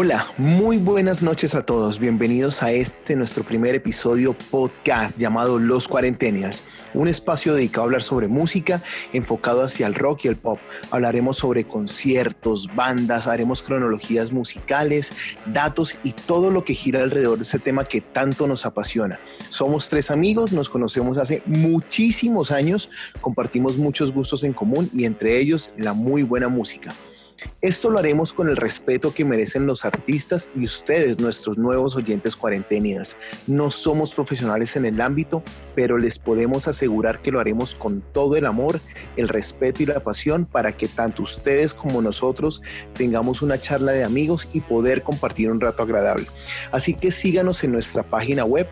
Hola, muy buenas noches a todos. Bienvenidos a nuestro primer episodio podcast llamado Los Cuarentenials, un espacio dedicado a hablar sobre música enfocado hacia el rock y el pop. Hablaremos sobre conciertos, bandas, haremos cronologías musicales, datos y todo lo que gira alrededor de este tema que tanto nos apasiona. Somos tres amigos, nos conocemos hace muchísimos años, compartimos muchos gustos en común y entre ellos la muy buena música. Esto lo haremos con el respeto que merecen los artistas y ustedes, nuestros nuevos oyentes cuarentenials. No somos profesionales en el ámbito, pero les podemos asegurar que lo haremos con todo el amor, el respeto y la pasión para que tanto ustedes como nosotros tengamos una charla de amigos y poder compartir un rato agradable. Así que síganos en nuestra página web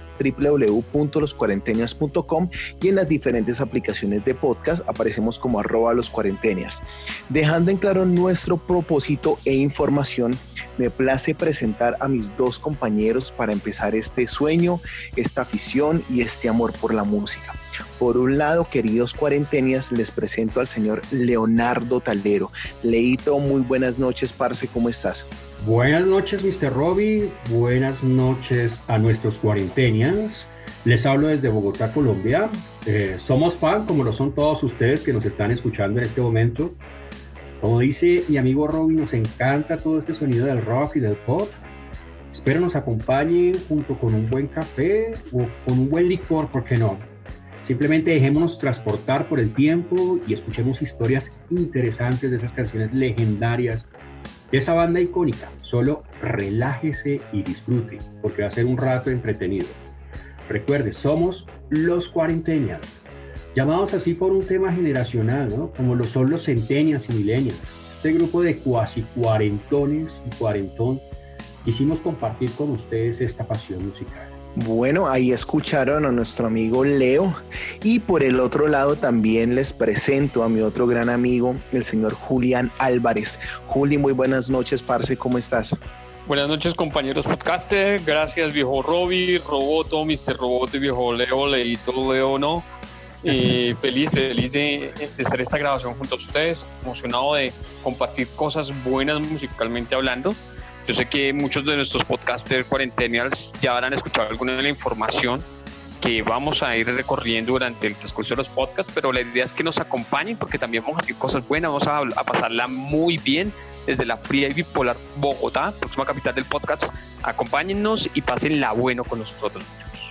www.loscuarentenials.com y en las diferentes aplicaciones de podcast aparecemos como @loscuarentenials. Dejando en claro nuestro propósito e información, me place presentar a mis dos compañeros para empezar este sueño, esta afición y este amor por la música. Por un lado, queridos cuarentenias, les presento al señor Leonardo Taldero. Leito, muy buenas noches, parce, ¿cómo estás? Buenas noches, Mr. Robbie. Buenas noches a nuestros cuarentenials. Les hablo desde Bogotá, Colombia. Somos fan, como lo son todos ustedes que nos están escuchando en este momento. Como dice mi amigo Robbie, nos encanta todo este sonido del rock y del pop. Espero nos acompañen junto con un buen café o con un buen licor, ¿por qué no? Simplemente dejémonos transportar por el tiempo y escuchemos historias interesantes de esas canciones legendarias de esa banda icónica. Solo relájese y disfrute, porque va a ser un rato entretenido. Recuerde, somos los cuarentenials, llamados así por un tema generacional, ¿no? Como lo son los centennials y millennials. Este grupo de cuasi cuarentones y cuarentón quisimos compartir con ustedes esta pasión musical. Bueno, ahí escucharon a nuestro amigo Leo y por el otro lado también les presento a mi otro gran amigo, el señor Julián Álvarez. Juli, muy buenas noches, parce, ¿cómo estás? Buenas noches, compañeros podcaster. Gracias, viejo Robbie, Roboto, Mr. Roboto y viejo Leo, Leito, Leo, ¿no? Feliz de hacer esta grabación junto a ustedes, emocionado de compartir cosas buenas musicalmente hablando. Yo sé que muchos de nuestros podcasters cuarentenials ya habrán escuchado alguna de la información que vamos a ir recorriendo durante el transcurso de los podcasts, pero la idea es que nos acompañen porque también vamos a hacer cosas buenas, vamos a pasarla muy bien desde la fría y bipolar Bogotá, próxima capital del podcast. Acompáñennos y pásenla bueno con nosotros.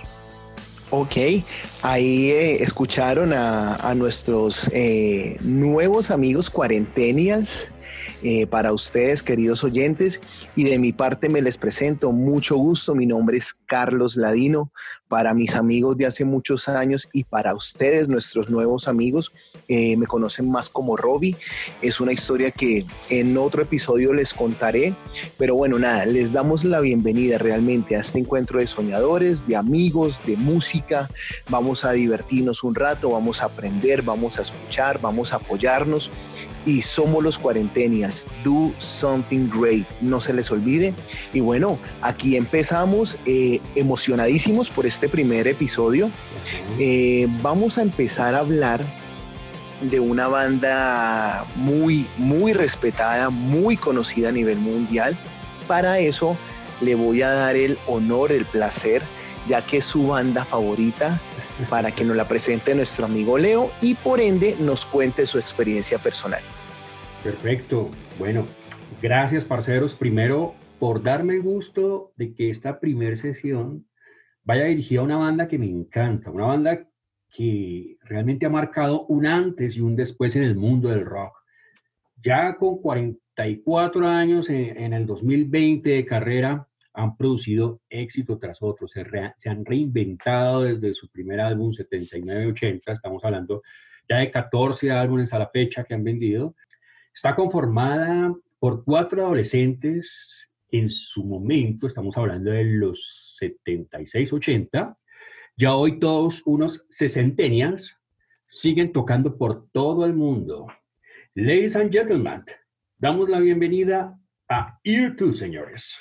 Ok, ahí escucharon a nuestros nuevos amigos cuarentenials. Para ustedes, queridos oyentes, y de mi parte me les presento, mucho gusto, mi nombre es Carlos Ladino. Para mis amigos de hace muchos años y para ustedes, nuestros nuevos amigos, me conocen más como Robbie. Es una historia que en otro episodio les contaré, pero bueno, nada, les damos la bienvenida realmente a este encuentro de soñadores, de amigos, de música. Vamos a divertirnos un rato, vamos a aprender, vamos a escuchar, vamos a apoyarnos. Y somos los cuarentenials, do something great, no se les olvide. Y bueno, aquí empezamos emocionadísimos por este primer episodio. Vamos a empezar a hablar de una banda muy, muy respetada, muy conocida a nivel mundial. Para eso le voy a dar el honor, el placer, ya que es su banda favorita, para que nos la presente nuestro amigo Leo y por ende nos cuente su experiencia personal. Perfecto. Bueno, gracias, parceros. Primero, por darme el gusto de que esta primera sesión vaya dirigida a una banda que me encanta, una banda que realmente ha marcado un antes y un después en el mundo del rock. Ya con 44 años en el 2020 de carrera, han producido éxito tras otro, se han reinventado desde su primer álbum 79-80, estamos hablando ya de 14 álbumes a la fecha que han vendido. Está conformada por 4 adolescentes en su momento, estamos hablando de los 76-80, ya hoy todos unos sesentennials siguen tocando por todo el mundo. Ladies and gentlemen, damos la bienvenida a U2, señores.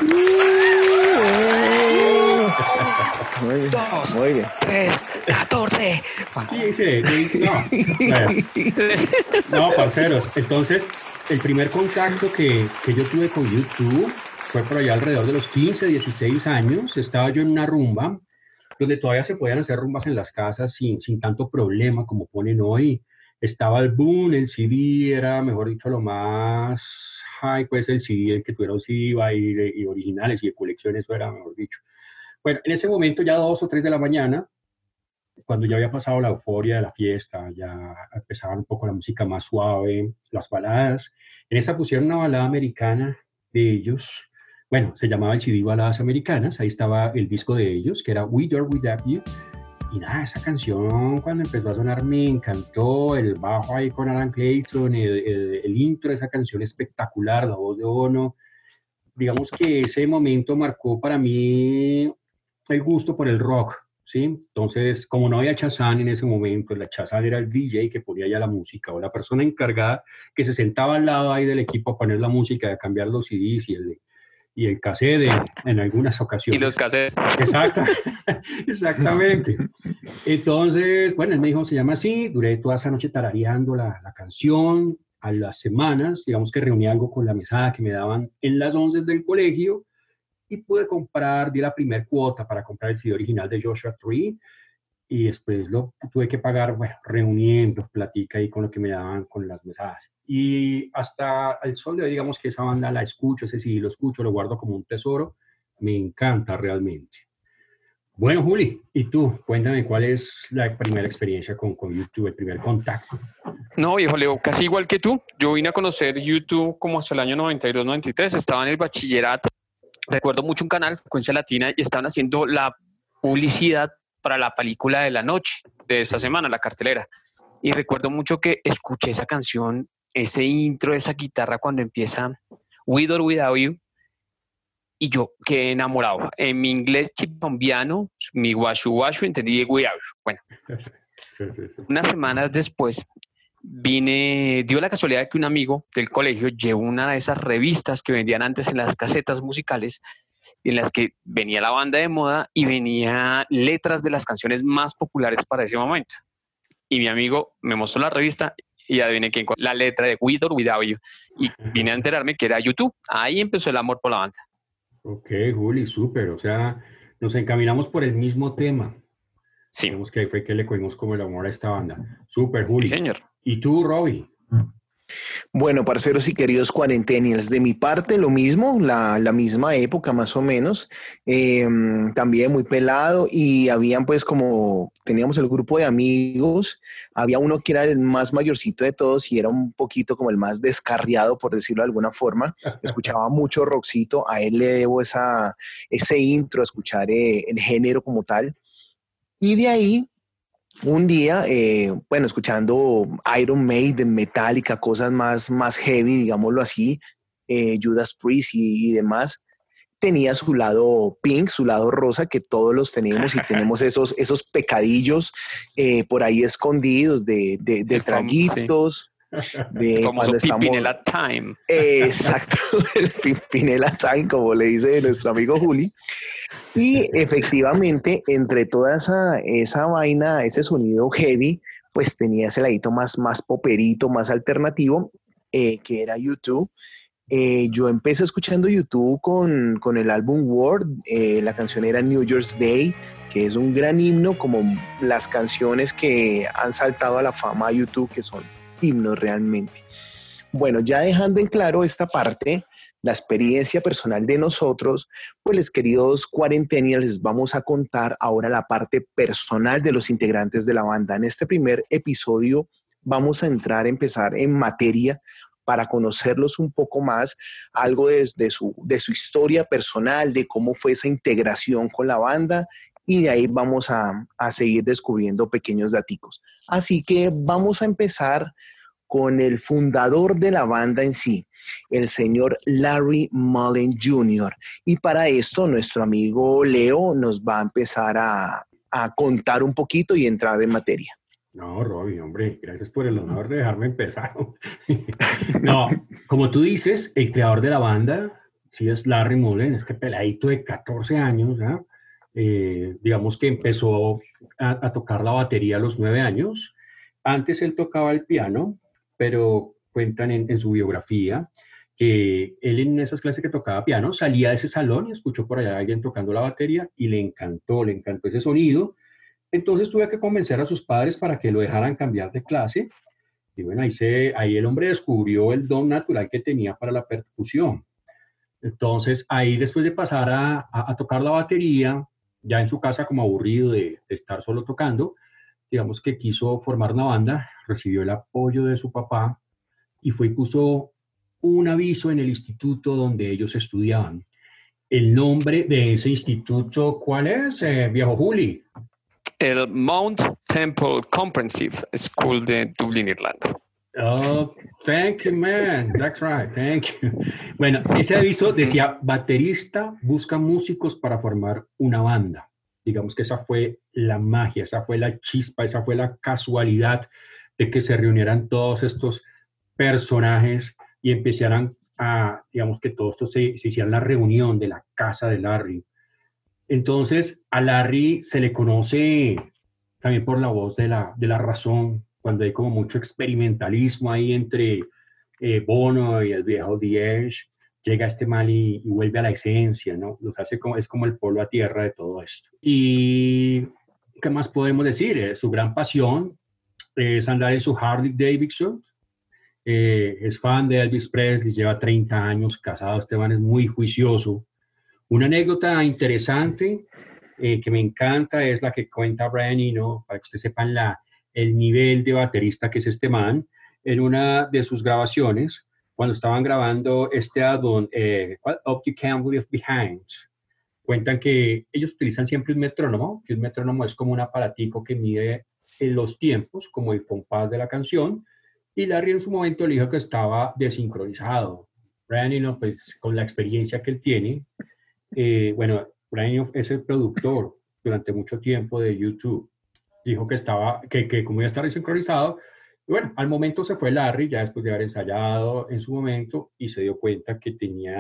Muy bien. 3, 14. No, parceros. Entonces, el primer contacto que yo tuve con U2 fue por allá alrededor de los 15, 16 años. Estaba yo en una rumba donde todavía se podían hacer rumbas en las casas sin tanto problema como ponen hoy. Estaba el boom, el CD era, mejor dicho, lo más high, pues el CD, el que tuviera un CD y originales y de colección, eso era, mejor dicho. Bueno, en ese momento, ya 2 o 3 de la mañana, cuando ya había pasado la euforia de la fiesta, ya empezaba un poco la música más suave, las baladas. En esa pusieron una balada americana de ellos. Bueno, se llamaba el CD Baladas Americanas. Ahí estaba el disco de ellos, que era With or Without You. Y nada, esa canción cuando empezó a sonar me encantó. El bajo ahí con Alan Clayton, el intro de esa canción espectacular, la voz de Bono. Digamos que ese momento marcó para mí el gusto por el rock, ¿sí? Entonces, como no había Shazam en ese momento, la Shazam era el DJ que ponía ya la música o la persona encargada que se sentaba al lado ahí del equipo a poner la música, a cambiar los CDs y el cassette en algunas ocasiones. Y los cassettes. Exacto, exactamente. Entonces, bueno, él me dijo, se llama así, duré toda esa noche tarareando la canción. A las semanas, digamos que reuní algo con la mesada que me daban en las 11 del colegio y pude comprar, di la primer cuota para comprar el CD original de Joshua Tree y después lo tuve que pagar, bueno, reuniendo platica ahí con lo que me daban con las mesadas. Y hasta el sol de hoy, digamos que esa banda la escucho, ese CD lo escucho, lo guardo como un tesoro, me encanta realmente. Bueno, Juli, ¿y tú? Cuéntame cuál es la primera experiencia con YouTube, el primer contacto. No, viejo Leo, casi igual que tú. Yo vine a conocer YouTube como hasta el año 92, 93. Estaba en el bachillerato. Recuerdo mucho un canal, Frecuencia Latina, y estaban haciendo la publicidad para la película de la noche de esa semana, la cartelera. Y recuerdo mucho que escuché esa canción, ese intro, esa guitarra cuando empieza With or Without You. Y yo quedé enamorado. En mi inglés chipambiano, mi washu, entendí without you. Bueno, unas semanas después dio la casualidad de que un amigo del colegio llevó una de esas revistas que vendían antes en las casetas musicales, en las que venía la banda de moda y venía letras de las canciones más populares para ese momento. Y mi amigo me mostró la revista y adiviné quién, la letra de With or Without You. Y vine a enterarme que era YouTube. Ahí empezó el amor por la banda. Ok, Juli, súper. O sea, nos encaminamos por el mismo tema. Sí. Digamos que ahí fue que le cogimos como el amor a esta banda. Súper, Juli. Sí, señor. ¿Y tú, Robbie? Bueno, parceros y queridos cuarentenials, de mi parte lo mismo, la misma época más o menos, también muy pelado y habían pues como, teníamos el grupo de amigos, había uno que era el más mayorcito de todos y era un poquito como el más descarriado, por decirlo de alguna forma, escuchaba mucho rockcito, a él le debo ese intro, escuchar el género como tal, y de ahí un día, bueno, escuchando Iron Maiden, Metallica, cosas más heavy, digámoslo así, Judas Priest y demás, tenía su lado pink, su lado rosa, que todos los tenemos y tenemos esos pecadillos por ahí escondidos de traguitos. Sí. El famoso Pimpinela Time. Exacto, el Pimpinela Time, como le dice nuestro amigo Juli. Y efectivamente, entre toda esa vaina, ese sonido heavy, pues tenía ese ladito más poperito, más alternativo, que era YouTube. Yo empecé escuchando YouTube con el álbum World, la canción era New Year's Day, que es un gran himno, como las canciones que han saltado a la fama a YouTube, que son himnos realmente. Bueno, ya dejando en claro esta parte, la experiencia personal de nosotros, pues les queridos cuarentenials, les vamos a contar ahora la parte personal de los integrantes de la banda. En este primer episodio vamos a empezar en materia para conocerlos un poco más, algo de su historia personal, de cómo fue esa integración con la banda, y de ahí vamos a seguir descubriendo pequeños daticos. Así que vamos a empezar con el fundador de la banda en sí, el señor Larry Mullen Jr. Y para esto nuestro amigo Leo nos va a empezar a contar un poquito y entrar en materia. No, Robbie, hombre, gracias por el honor de dejarme empezar. No, como tú dices, el creador de la banda, sí es Larry Mullen, este peladito de 14 años, ¿no? Digamos que empezó a tocar la batería a los 9 años. Antes él tocaba el piano, pero cuentan en su biografía que él en esas clases que tocaba piano salía de ese salón y escuchó por allá a alguien tocando la batería y le encantó ese sonido. Entonces tuve que convencer a sus padres para que lo dejaran cambiar de clase. Y bueno, ahí el hombre descubrió el don natural que tenía para la percusión. Entonces ahí después de pasar a tocar la batería, ya en su casa como aburrido de estar solo tocando, digamos que quiso formar una banda, recibió el apoyo de su papá y fue y puso un aviso en el instituto donde ellos estudiaban. El nombre de ese instituto, ¿cuál es, viejo Juli? El Mount Temple Comprehensive School de Dublín, Irlanda. Oh, thank you, man. That's right, thank you. Bueno, ese aviso decía, baterista busca músicos para formar una banda. Digamos que esa fue la magia, esa fue la chispa, esa fue la casualidad de que se reunieran todos estos personajes y empezaran digamos que todo esto se hiciera la reunión de la casa de Larry. Entonces, a Larry se le conoce también por la voz de la razón, cuando hay como mucho experimentalismo ahí entre Bono y el viejo The Edge, llega este mal y vuelve a la esencia, ¿no? Los hace es como el polo a tierra de todo esto. Y, ¿qué más podemos decir? Su gran pasión es andar en su Harley Davidson. Es fan de Elvis Presley, lleva 30 años casado, Esteban es muy juicioso. Una anécdota interesante que me encanta es la que cuenta Brian Eno, para que ustedes sepan el nivel de baterista que es este man, en una de sus grabaciones, cuando estaban grabando este álbum, Up You Can't Leave Behind, cuentan que ellos utilizan siempre un metrónomo, que un metrónomo es como un aparatico que mide los tiempos, como el compás de la canción, y Larry en su momento le dijo que estaba desincronizado. Brian Eno, pues con la experiencia que él tiene, bueno, Brian Eno es el productor durante mucho tiempo de YouTube, dijo que como iba a estar desincronizado, y bueno, al momento se fue Larry, ya después de haber ensayado en su momento, y se dio cuenta que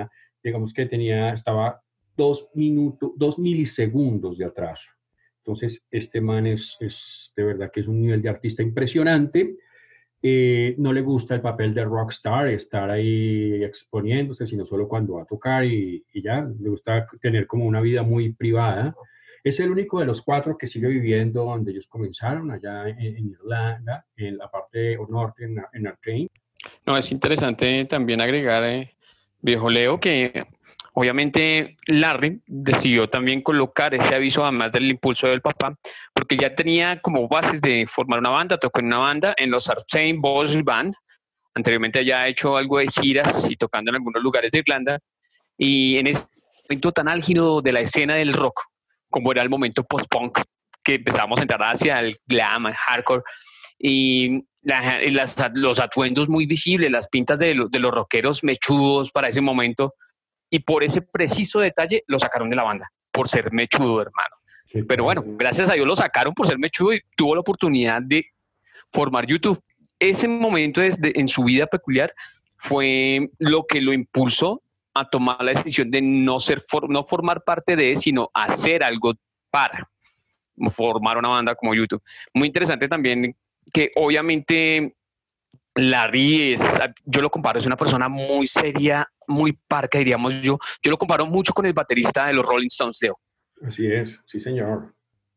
estaba 2 milisegundos de atraso. Entonces, este man es de verdad que es un nivel de artista impresionante. No le gusta el papel de rockstar, estar ahí exponiéndose, sino solo cuando va a tocar y ya, le gusta tener como una vida muy privada. Es el único de los 4 que sigue viviendo donde ellos comenzaron, allá en Irlanda, en la parte norte, en Artane. No, es interesante también agregar, viejo Leo, que obviamente Larry decidió también colocar ese aviso, además del impulso del papá, porque ya tenía como bases de formar una banda, tocó en una banda en los Artane Boys Band. Anteriormente ya ha hecho algo de giras y tocando en algunos lugares de Irlanda, y en ese momento tan álgido de la escena del rock, como era el momento post-punk, que empezábamos a entrar hacia el glam, el hardcore, y los atuendos muy visibles, las pintas de los rockeros mechudos para ese momento, y por ese preciso detalle lo sacaron de la banda, por ser mechudo, hermano. Pero bueno, gracias a Dios lo sacaron por ser mechudo y tuvo la oportunidad de formar YouTube. Ese momento en su vida peculiar fue lo que lo impulsó a tomar la decisión de no formar parte de, sino hacer algo para formar una banda como YouTube. Muy interesante también que obviamente Larry yo lo comparo, es una persona muy seria, muy parca, diríamos yo. Yo lo comparo mucho con el baterista de los Rolling Stones, Leo. Así es, sí señor.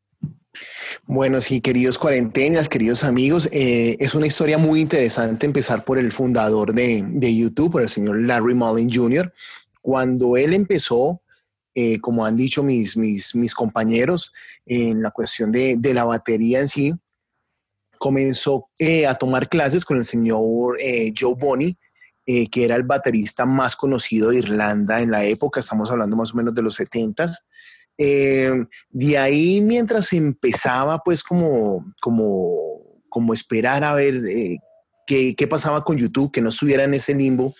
Bueno, sí, queridos cuarentenas, queridos amigos, es una historia muy interesante empezar por el fundador de YouTube, por el señor Larry Mullen Jr. Cuando él empezó, como han dicho mis compañeros, en la cuestión de la batería en sí, comenzó a tomar clases con el señor Joe Bonnie, que era el baterista más conocido de Irlanda en la época, estamos hablando más o menos de los 70s. De ahí, mientras empezaba pues como esperar a ver qué pasaba con YouTube, que no estuviera en ese limbo,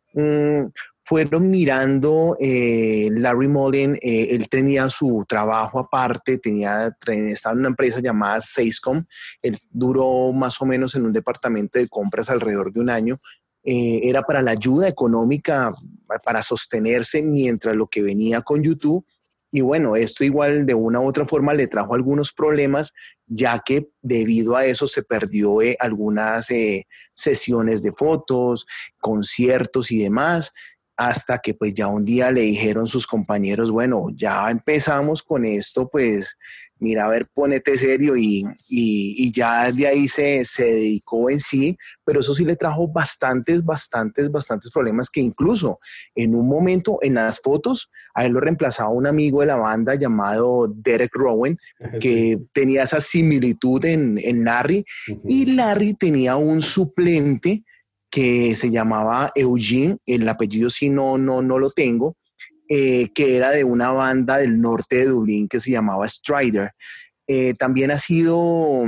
fueron mirando Larry Mullen, él tenía su trabajo aparte, estaba en una empresa llamada Seiscom, él duró más o menos en un departamento de compras alrededor de un año, era para la ayuda económica, para sostenerse mientras lo que venía con YouTube. Y bueno, esto igual de una u otra forma le trajo algunos problemas, ya que debido a eso se perdió algunas sesiones de fotos, conciertos y demás, hasta que pues ya un día le dijeron sus compañeros, bueno, ya empezamos con esto, pues mira, a ver, ponete serio y ya de ahí se dedicó en sí, pero eso sí le trajo bastantes problemas que incluso en un momento en las fotos a él lo reemplazaba un amigo de la banda llamado Derek Rowan, que tenía esa similitud en Larry, y Larry tenía un suplente que se llamaba Eugene, el apellido sí no lo tengo, que era de una banda del norte de Dublín que se llamaba Strider. También ha sido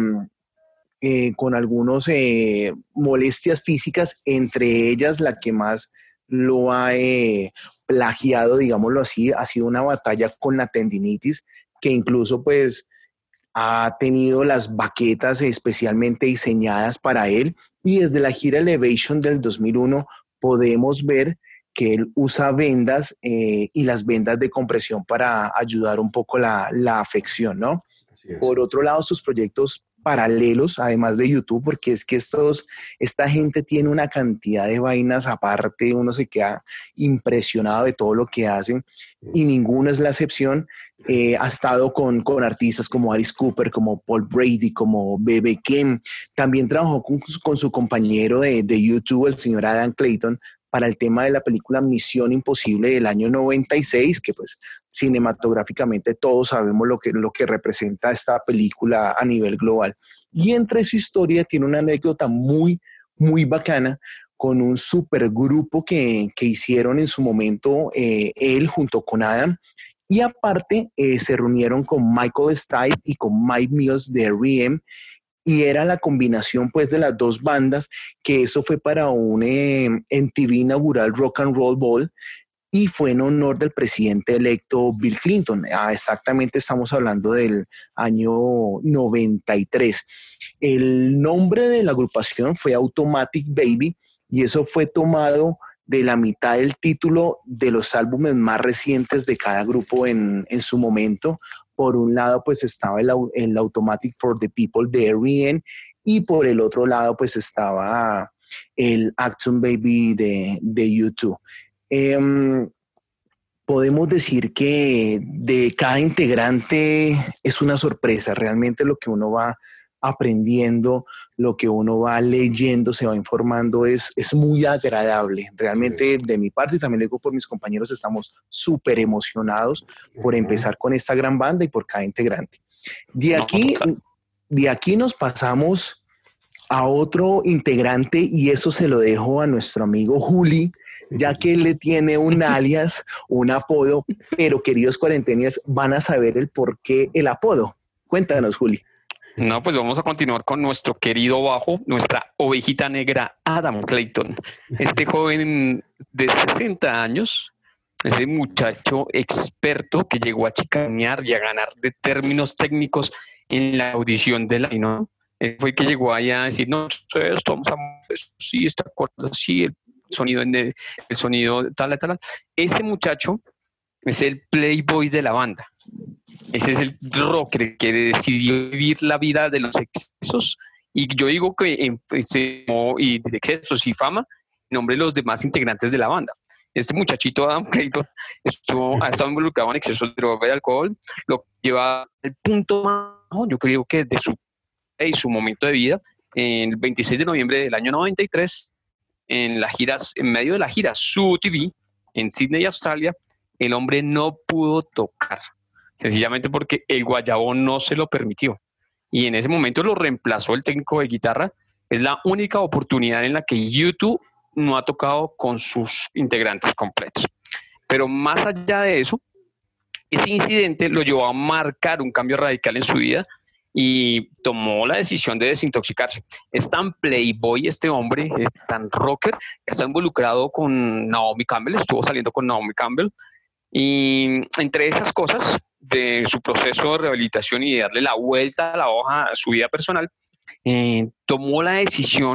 con algunas molestias físicas, entre ellas la que más lo ha plagiado, digámoslo así, ha sido una batalla con la tendinitis, que incluso pues ha tenido las baquetas especialmente diseñadas para él, y desde la gira Elevation del 2001 podemos ver que él usa vendas y las vendas de compresión para ayudar un poco la afección, ¿no? Por otro lado, sus proyectos paralelos, además de YouTube, porque es que esta gente tiene una cantidad de vainas aparte, uno se queda impresionado de todo lo que hacen y ninguno es la excepción. Ha estado con artistas como Alice Cooper, como Paul Brady, como B.B. King. También trabajó con su compañero de YouTube, el señor Adam Clayton, para el tema de la película Misión Imposible del año 96, que pues cinematográficamente todos sabemos lo que representa esta película a nivel global. Y entre su historia tiene una anécdota muy bacana con un supergrupo que hicieron en su momento él junto con Adam. Y aparte se reunieron con Michael Stipe y con Mike Mills de R.E.M., y era la combinación pues de las dos bandas, que eso fue para un MTV inaugural Rock and Roll Bowl, y fue en honor del presidente electo Bill Clinton. Exactamente estamos hablando del año 93. El nombre de la agrupación fue Automatic Baby, y eso fue tomado de la mitad del título de los álbumes más recientes de cada grupo en su momento. Por un lado, pues estaba el Automatic for the People de R.E.M., y por el otro lado, pues estaba el Achtung Baby de YouTube. Podemos decir que de cada integrante es una sorpresa. Realmente lo que uno va aprendiendo, lo que uno va leyendo, se va informando, es muy agradable. Realmente de mi parte, y también lo digo por mis compañeros, estamos súper emocionados por empezar con esta gran banda y por cada integrante. De aquí nos pasamos a otro integrante, y eso se lo dejo a nuestro amigo Juli, ya que él le tiene un alias, un apodo, pero queridos cuarentenias van a saber el por qué el apodo. Cuéntanos, Juli. No, pues vamos a continuar con nuestro querido bajo, nuestra ovejita negra, Adam Clayton. Este joven de 60 años, ese muchacho experto que llegó a chicanear y a ganar de términos técnicos en la audición de Latino. Fue que llegó allá a decir, no, esto vamos a sí, esta cosa, sí, el sonido tal. Ese muchacho es el playboy de la banda. Ese es el rocker que decidió vivir la vida de los excesos, y yo digo que y de excesos y fama en nombre de los demás integrantes de la banda. Este muchachito Adam Clayton ha estado involucrado en excesos de droga y alcohol, lo lleva al punto más bajo, yo creo que de su momento de vida. En el 26 de noviembre del año 93, en medio de la gira Su TV en Sydney, Australia, el hombre no pudo tocar, sencillamente porque el guayabo no se lo permitió. Y en ese momento lo reemplazó el técnico de guitarra. Es la única oportunidad en la que YouTube no ha tocado con sus integrantes completos. Pero más allá de eso, ese incidente lo llevó a marcar un cambio radical en su vida y tomó la decisión de desintoxicarse. Es tan playboy este hombre, es tan rocker, que está involucrado con Naomi Campbell, estuvo saliendo con Naomi Campbell, y entre esas cosas de su proceso de rehabilitación y de darle la vuelta a la hoja a su vida personal, tomó la decisión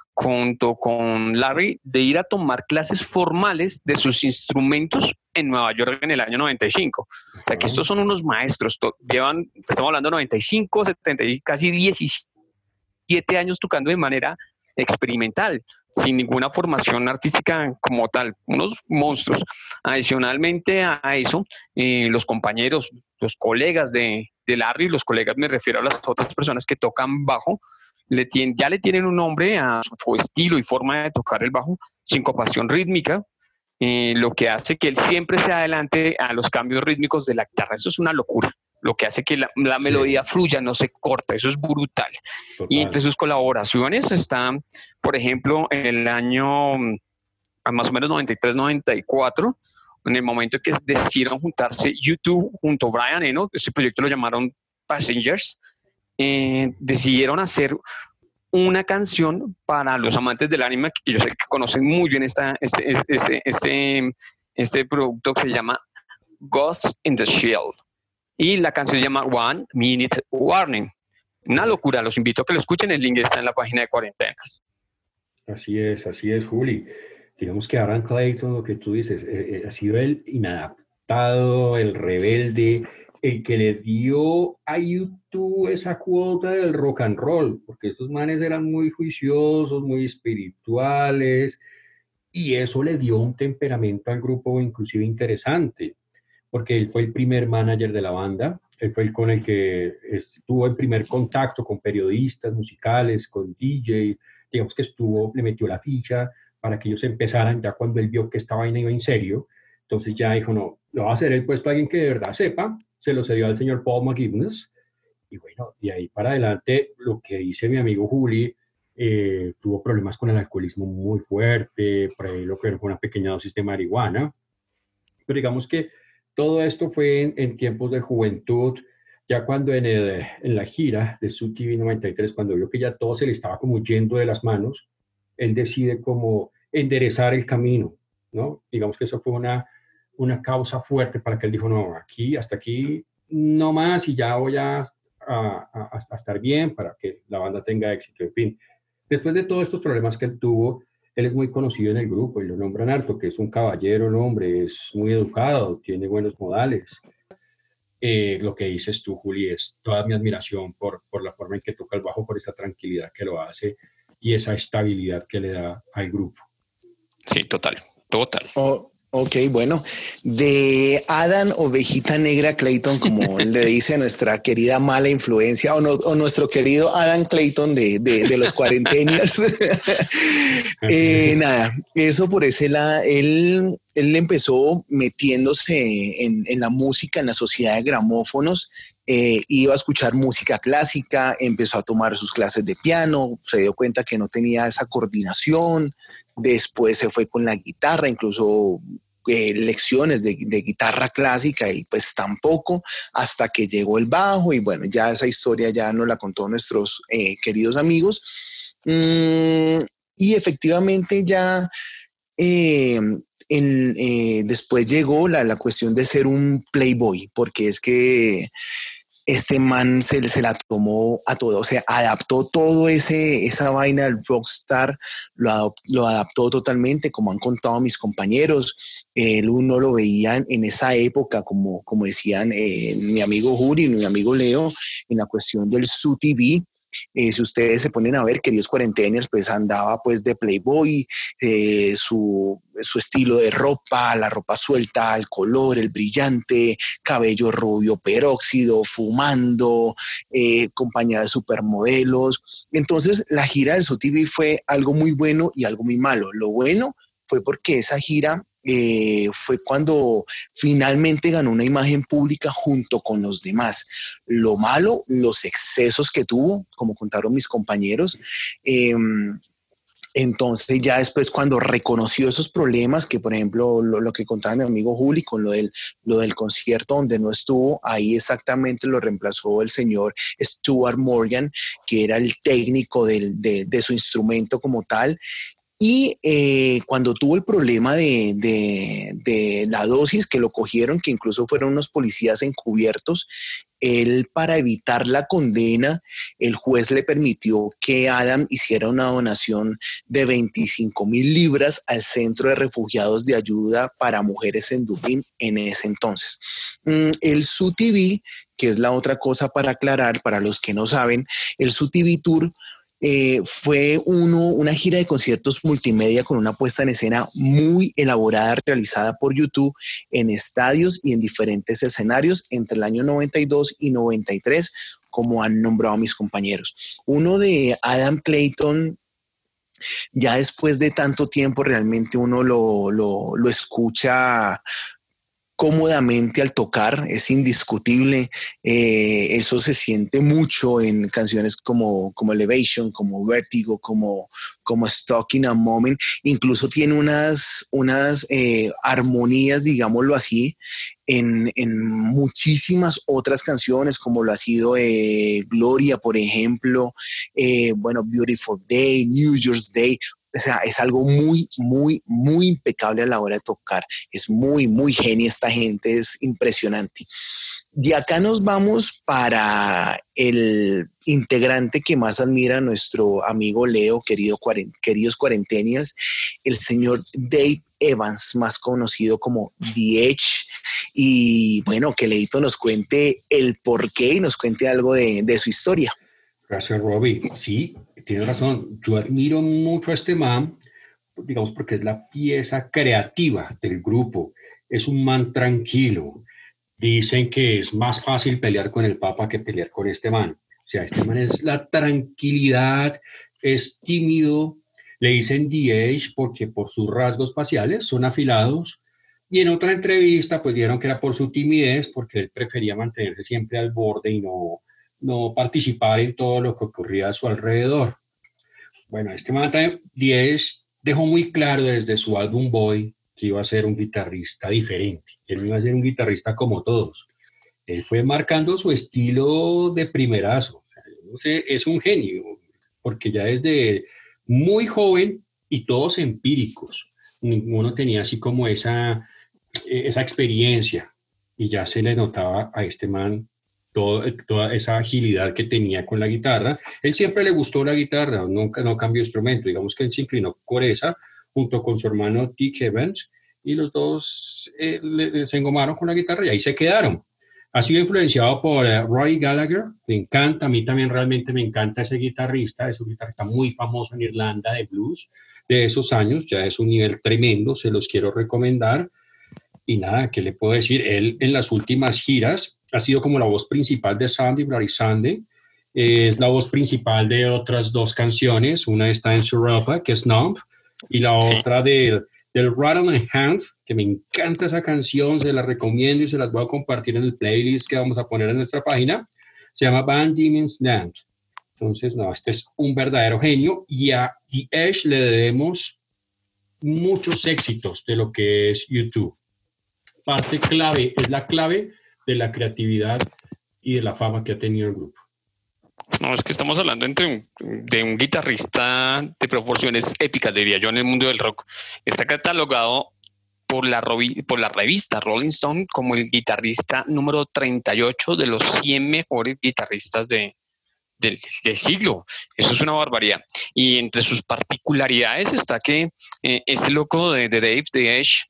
junto con Larry, de ir a tomar clases formales de sus instrumentos en Nueva York en el año 95. O sea que estos son unos maestros, llevan, estamos hablando de 95, 70 y casi 17 años tocando de manera experimental, sin ninguna formación artística como tal, unos monstruos. Adicionalmente a eso, los compañeros, los colegas de Larry, los colegas me refiero a las otras personas que tocan bajo, ya le tienen un nombre a su estilo y forma de tocar el bajo, sincopación rítmica, lo que hace que él siempre se adelante a los cambios rítmicos de la guitarra. Eso es una locura. Lo que hace que la melodía fluya, no se corta, eso es brutal. Total. Y entre sus colaboraciones están, por ejemplo, en el año más o menos 93-94, en el momento en que decidieron juntarse YouTube junto a Brian Eno, ese proyecto lo llamaron Passengers, decidieron hacer una canción para los amantes del anime, que yo sé que conocen muy bien este producto que se llama Ghost in the Shell. Y la canción se llama One Minute Warning. Una locura, los invito a que lo escuchen, el link está en la página de Cuarentenas. Así es, Juli. Digamos que Aaron Clayton, lo que tú dices, ha sido el inadaptado, el rebelde, el que le dio a YouTube esa cuota del rock and roll, porque estos manes eran muy juiciosos, muy espirituales, y eso le dio un temperamento al grupo inclusive interesante, porque él fue el primer manager de la banda, él fue el con el que tuvo el primer contacto con periodistas musicales, con DJ, digamos que le metió la ficha para que ellos empezaran, ya cuando él vio que esta vaina iba en serio, entonces ya dijo, no, lo va a hacer él puesto a alguien que de verdad sepa, se lo cedió al señor Paul McGuinness, y bueno, de ahí para adelante, lo que dice mi amigo Juli, tuvo problemas con el alcoholismo muy fuerte, por ahí lo que fue una pequeña dosis de marihuana, pero digamos que todo esto fue en tiempos de juventud, ya cuando en la gira de Zoo TV 93, cuando vio que ya todo se le estaba como yendo de las manos, él decide como enderezar el camino, ¿no? Digamos que eso fue una causa fuerte para que él dijo, no, hasta aquí no más y ya voy a estar bien para que la banda tenga éxito, en fin. Después de todos estos problemas que él tuvo, él es muy conocido en el grupo y lo nombran harto, que es un caballero, el hombre, es muy educado, tiene buenos modales. Lo que dices tú, Juli, es toda mi admiración por la forma en que toca el bajo, por esa tranquilidad que lo hace y esa estabilidad que le da al grupo. Sí, total. Ok, bueno, de Adam Ovejita Negra Clayton, como le dice a nuestra querida mala influencia, o nuestro querido Adam Clayton de los Cuarentennials. Nada, eso por ese lado, él empezó metiéndose en la música, en la sociedad de gramófonos, iba a escuchar música clásica, empezó a tomar sus clases de piano, se dio cuenta que no tenía esa coordinación. Después se fue con la guitarra, incluso lecciones de guitarra clásica y pues tampoco, hasta que llegó el bajo y bueno, ya esa historia ya nos la contó nuestros queridos amigos. Y efectivamente ya después llegó la cuestión de ser un playboy, porque es que este man se la tomó a todo, o sea, adaptó todo esa vaina del rockstar, lo adaptó totalmente, como han contado mis compañeros. Uno lo veía en esa época, como decían mi amigo Juri y mi amigo Leo, en la cuestión del Zoo TV. Si ustedes se ponen a ver, queridos cuarentennials, pues andaba pues de playboy, su estilo de ropa, la ropa suelta, el color, el brillante, cabello rubio peróxido, fumando, compañía de supermodelos. Entonces la gira del Zoo TV fue algo muy bueno y algo muy malo. Lo bueno fue porque esa gira fue cuando finalmente ganó una imagen pública junto con los demás. Lo malo, los excesos que tuvo, como contaron mis compañeros. Entonces ya después cuando reconoció esos problemas, que por ejemplo lo que contaba mi amigo Juli con lo del concierto donde no estuvo, ahí exactamente lo reemplazó el señor Stuart Morgan, que era el técnico de su instrumento como tal. Y cuando tuvo el problema de la dosis, que lo cogieron, que incluso fueron unos policías encubiertos, él, para evitar la condena, el juez le permitió que Adam hiciera una donación de 25,000 libras al Centro de Refugiados de Ayuda para Mujeres en Dublín en ese entonces. El SUTV, que es la otra cosa para aclarar para los que no saben, el SUTV Tour fue una gira de conciertos multimedia con una puesta en escena muy elaborada realizada por YouTube en estadios y en diferentes escenarios entre el año 92 y 93, como han nombrado mis compañeros. Uno de Adam Clayton, ya después de tanto tiempo, realmente uno lo escucha cómodamente al tocar, es indiscutible. Eso se siente mucho en canciones como Elevation, como Vertigo, como Stuck in a Moment. Incluso tiene unas armonías, digámoslo así, en muchísimas otras canciones, como lo ha sido Gloria, por ejemplo, Beautiful Day, New Year's Day. O sea, es algo muy, muy, muy impecable a la hora de tocar. Es muy, muy genia esta gente, es impresionante. De acá nos vamos para el integrante que más admira a nuestro amigo Leo, queridos cuarentenials, el señor Dave Evans, más conocido como The Edge. Y bueno, que Leito nos cuente el porqué y nos cuente algo de su historia. Gracias, Robbie. Sí, tienes razón. Yo admiro mucho a este man, digamos, porque es la pieza creativa del grupo. Es un man tranquilo. Dicen que es más fácil pelear con el Papa que pelear con este man. O sea, este man es la tranquilidad, es tímido. Le dicen The Edge porque por sus rasgos faciales son afilados. Y en otra entrevista, pues dijeron que era por su timidez, porque él prefería mantenerse siempre al borde y no participar en todo lo que ocurría a su alrededor. Bueno, este man también, 10, dejó muy claro desde su álbum Boy que iba a ser un guitarrista diferente. Él no iba a ser un guitarrista como todos. Él fue marcando su estilo de primerazo. O sea, no sé, es un genio, porque ya desde muy joven y todos empíricos, ninguno tenía así como esa experiencia, y ya se le notaba a este man toda esa agilidad que tenía con la guitarra. Él siempre le gustó la guitarra, nunca no cambió instrumento. Digamos que él se inclinó por esa, junto con su hermano Dick Evans, y los dos se engomaron con la guitarra y ahí se quedaron. Ha sido influenciado por Roy Gallagher, me encanta, a mí también realmente me encanta ese guitarrista, es un guitarrista muy famoso en Irlanda de blues de esos años, ya es un nivel tremendo, se los quiero recomendar. Y nada, ¿qué le puedo decir? Él en las últimas giras ha sido como la voz principal de Sunday Bloody Sunday. Es la voz principal de otras dos canciones. Una está en Europa, que es Numb, y la otra del Rattle and Hand, que me encanta esa canción, se la recomiendo y se las voy a compartir en el playlist que vamos a poner en nuestra página. Se llama Van Diemen's Land. Entonces, no, este es un verdadero genio, y a The Edge le debemos muchos éxitos de lo que es YouTube. Parte clave, es la clave de la creatividad y de la fama que ha tenido el grupo. No, es que estamos hablando de un guitarrista de proporciones épicas, diría yo, en el mundo del rock. Está catalogado por la revista Rolling Stone como el guitarrista número 38 de los 100 mejores guitarristas del siglo. Eso es una barbaridad. Y entre sus particularidades está que este loco de Dave, The Edge,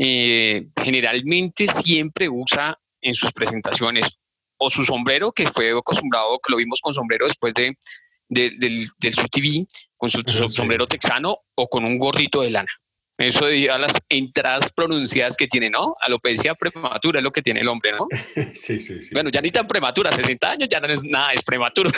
generalmente siempre usa en sus presentaciones o su sombrero, que fue acostumbrado, que lo vimos con sombrero después del SUTV, con su sombrero texano, o con un gorrito de lana. Eso debido a las entradas pronunciadas que tiene, ¿no? Alopecia prematura es lo que tiene el hombre, ¿no? Sí. Bueno, ya ni tan prematura, 60 años ya no es nada, es prematuro.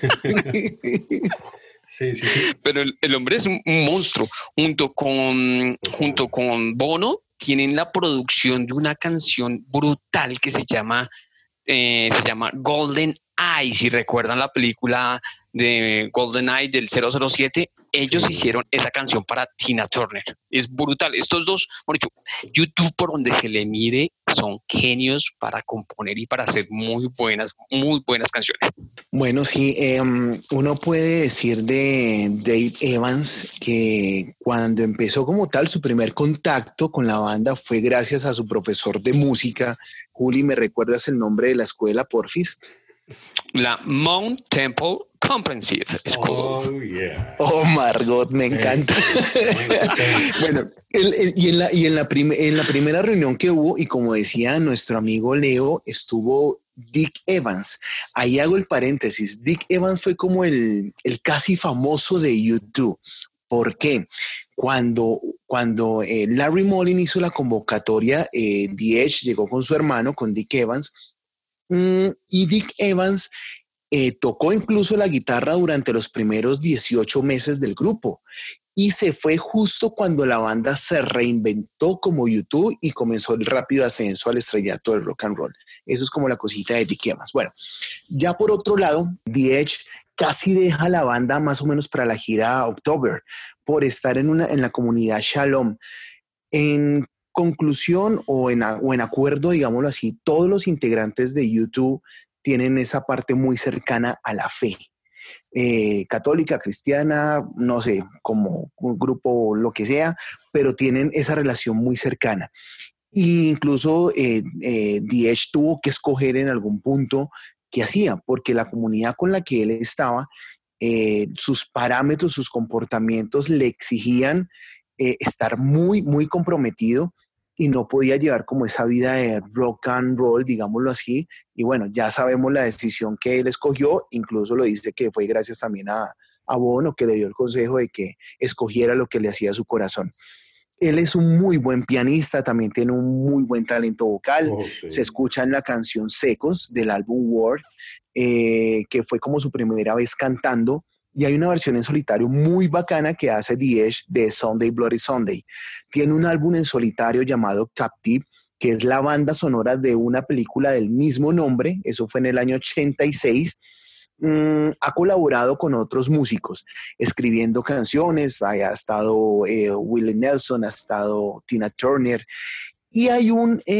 Sí. Pero el hombre es un monstruo. Junto con Bono, tienen la producción de una canción brutal que se llama Golden Eye. Si recuerdan la película de Golden Eye del 007, ellos hicieron esa canción para Tina Turner. Es brutal. Estos dos, bueno, YouTube, por donde se le mire, son genios para componer y para hacer muy buenas canciones. Bueno, sí, uno puede decir de Dave Evans que cuando empezó como tal, su primer contacto con la banda fue gracias a su profesor de música, Juli, ¿me recuerdas el nombre de la escuela, porfis? La Mount Temple Comprehensive School. Oh, yeah. Oh, Margot, me encanta. Bueno, en la primera reunión que hubo, y como decía nuestro amigo Leo, estuvo Dick Evans. Ahí hago el paréntesis. Dick Evans fue como el casi famoso de YouTube. ¿Por qué? Cuando Larry Mullen hizo la convocatoria, The Edge llegó con su hermano, con Dick Evans, y Dick Evans tocó incluso la guitarra durante los primeros 18 meses del grupo y se fue justo cuando la banda se reinventó como YouTube y comenzó el rápido ascenso al estrellato del rock and roll. Eso es como la cosita de Dick Evans. Bueno, ya por otro lado, The Edge casi deja la banda más o menos para la gira October por estar en la comunidad Shalom. En conclusión o en acuerdo, digámoslo así, todos los integrantes de YouTube tienen esa parte muy cercana a la fe. Católica, cristiana, no sé, como un grupo, lo que sea, pero tienen esa relación muy cercana. E incluso The Edge tuvo que escoger en algún punto qué hacía, porque la comunidad con la que él estaba, sus parámetros, sus comportamientos le exigían estar muy, muy comprometido y no podía llevar como esa vida de rock and roll, digámoslo así. Y bueno, ya sabemos la decisión que él escogió, incluso lo dice que fue gracias también a Bono, que le dio el consejo de que escogiera lo que le hacía su corazón. Él es un muy buen pianista, también tiene un muy buen talento vocal. Sí. Se escucha en la canción Secos del álbum War, que fue como su primera vez cantando. Y hay una versión en solitario muy bacana que hace The Edge de Sunday Bloody Sunday. Tiene un álbum en solitario llamado Captive, que es la banda sonora de una película del mismo nombre. Eso fue en el año 86. Ha colaborado con otros músicos, escribiendo canciones. Ha estado Willie Nelson, ha estado Tina Turner. Y hay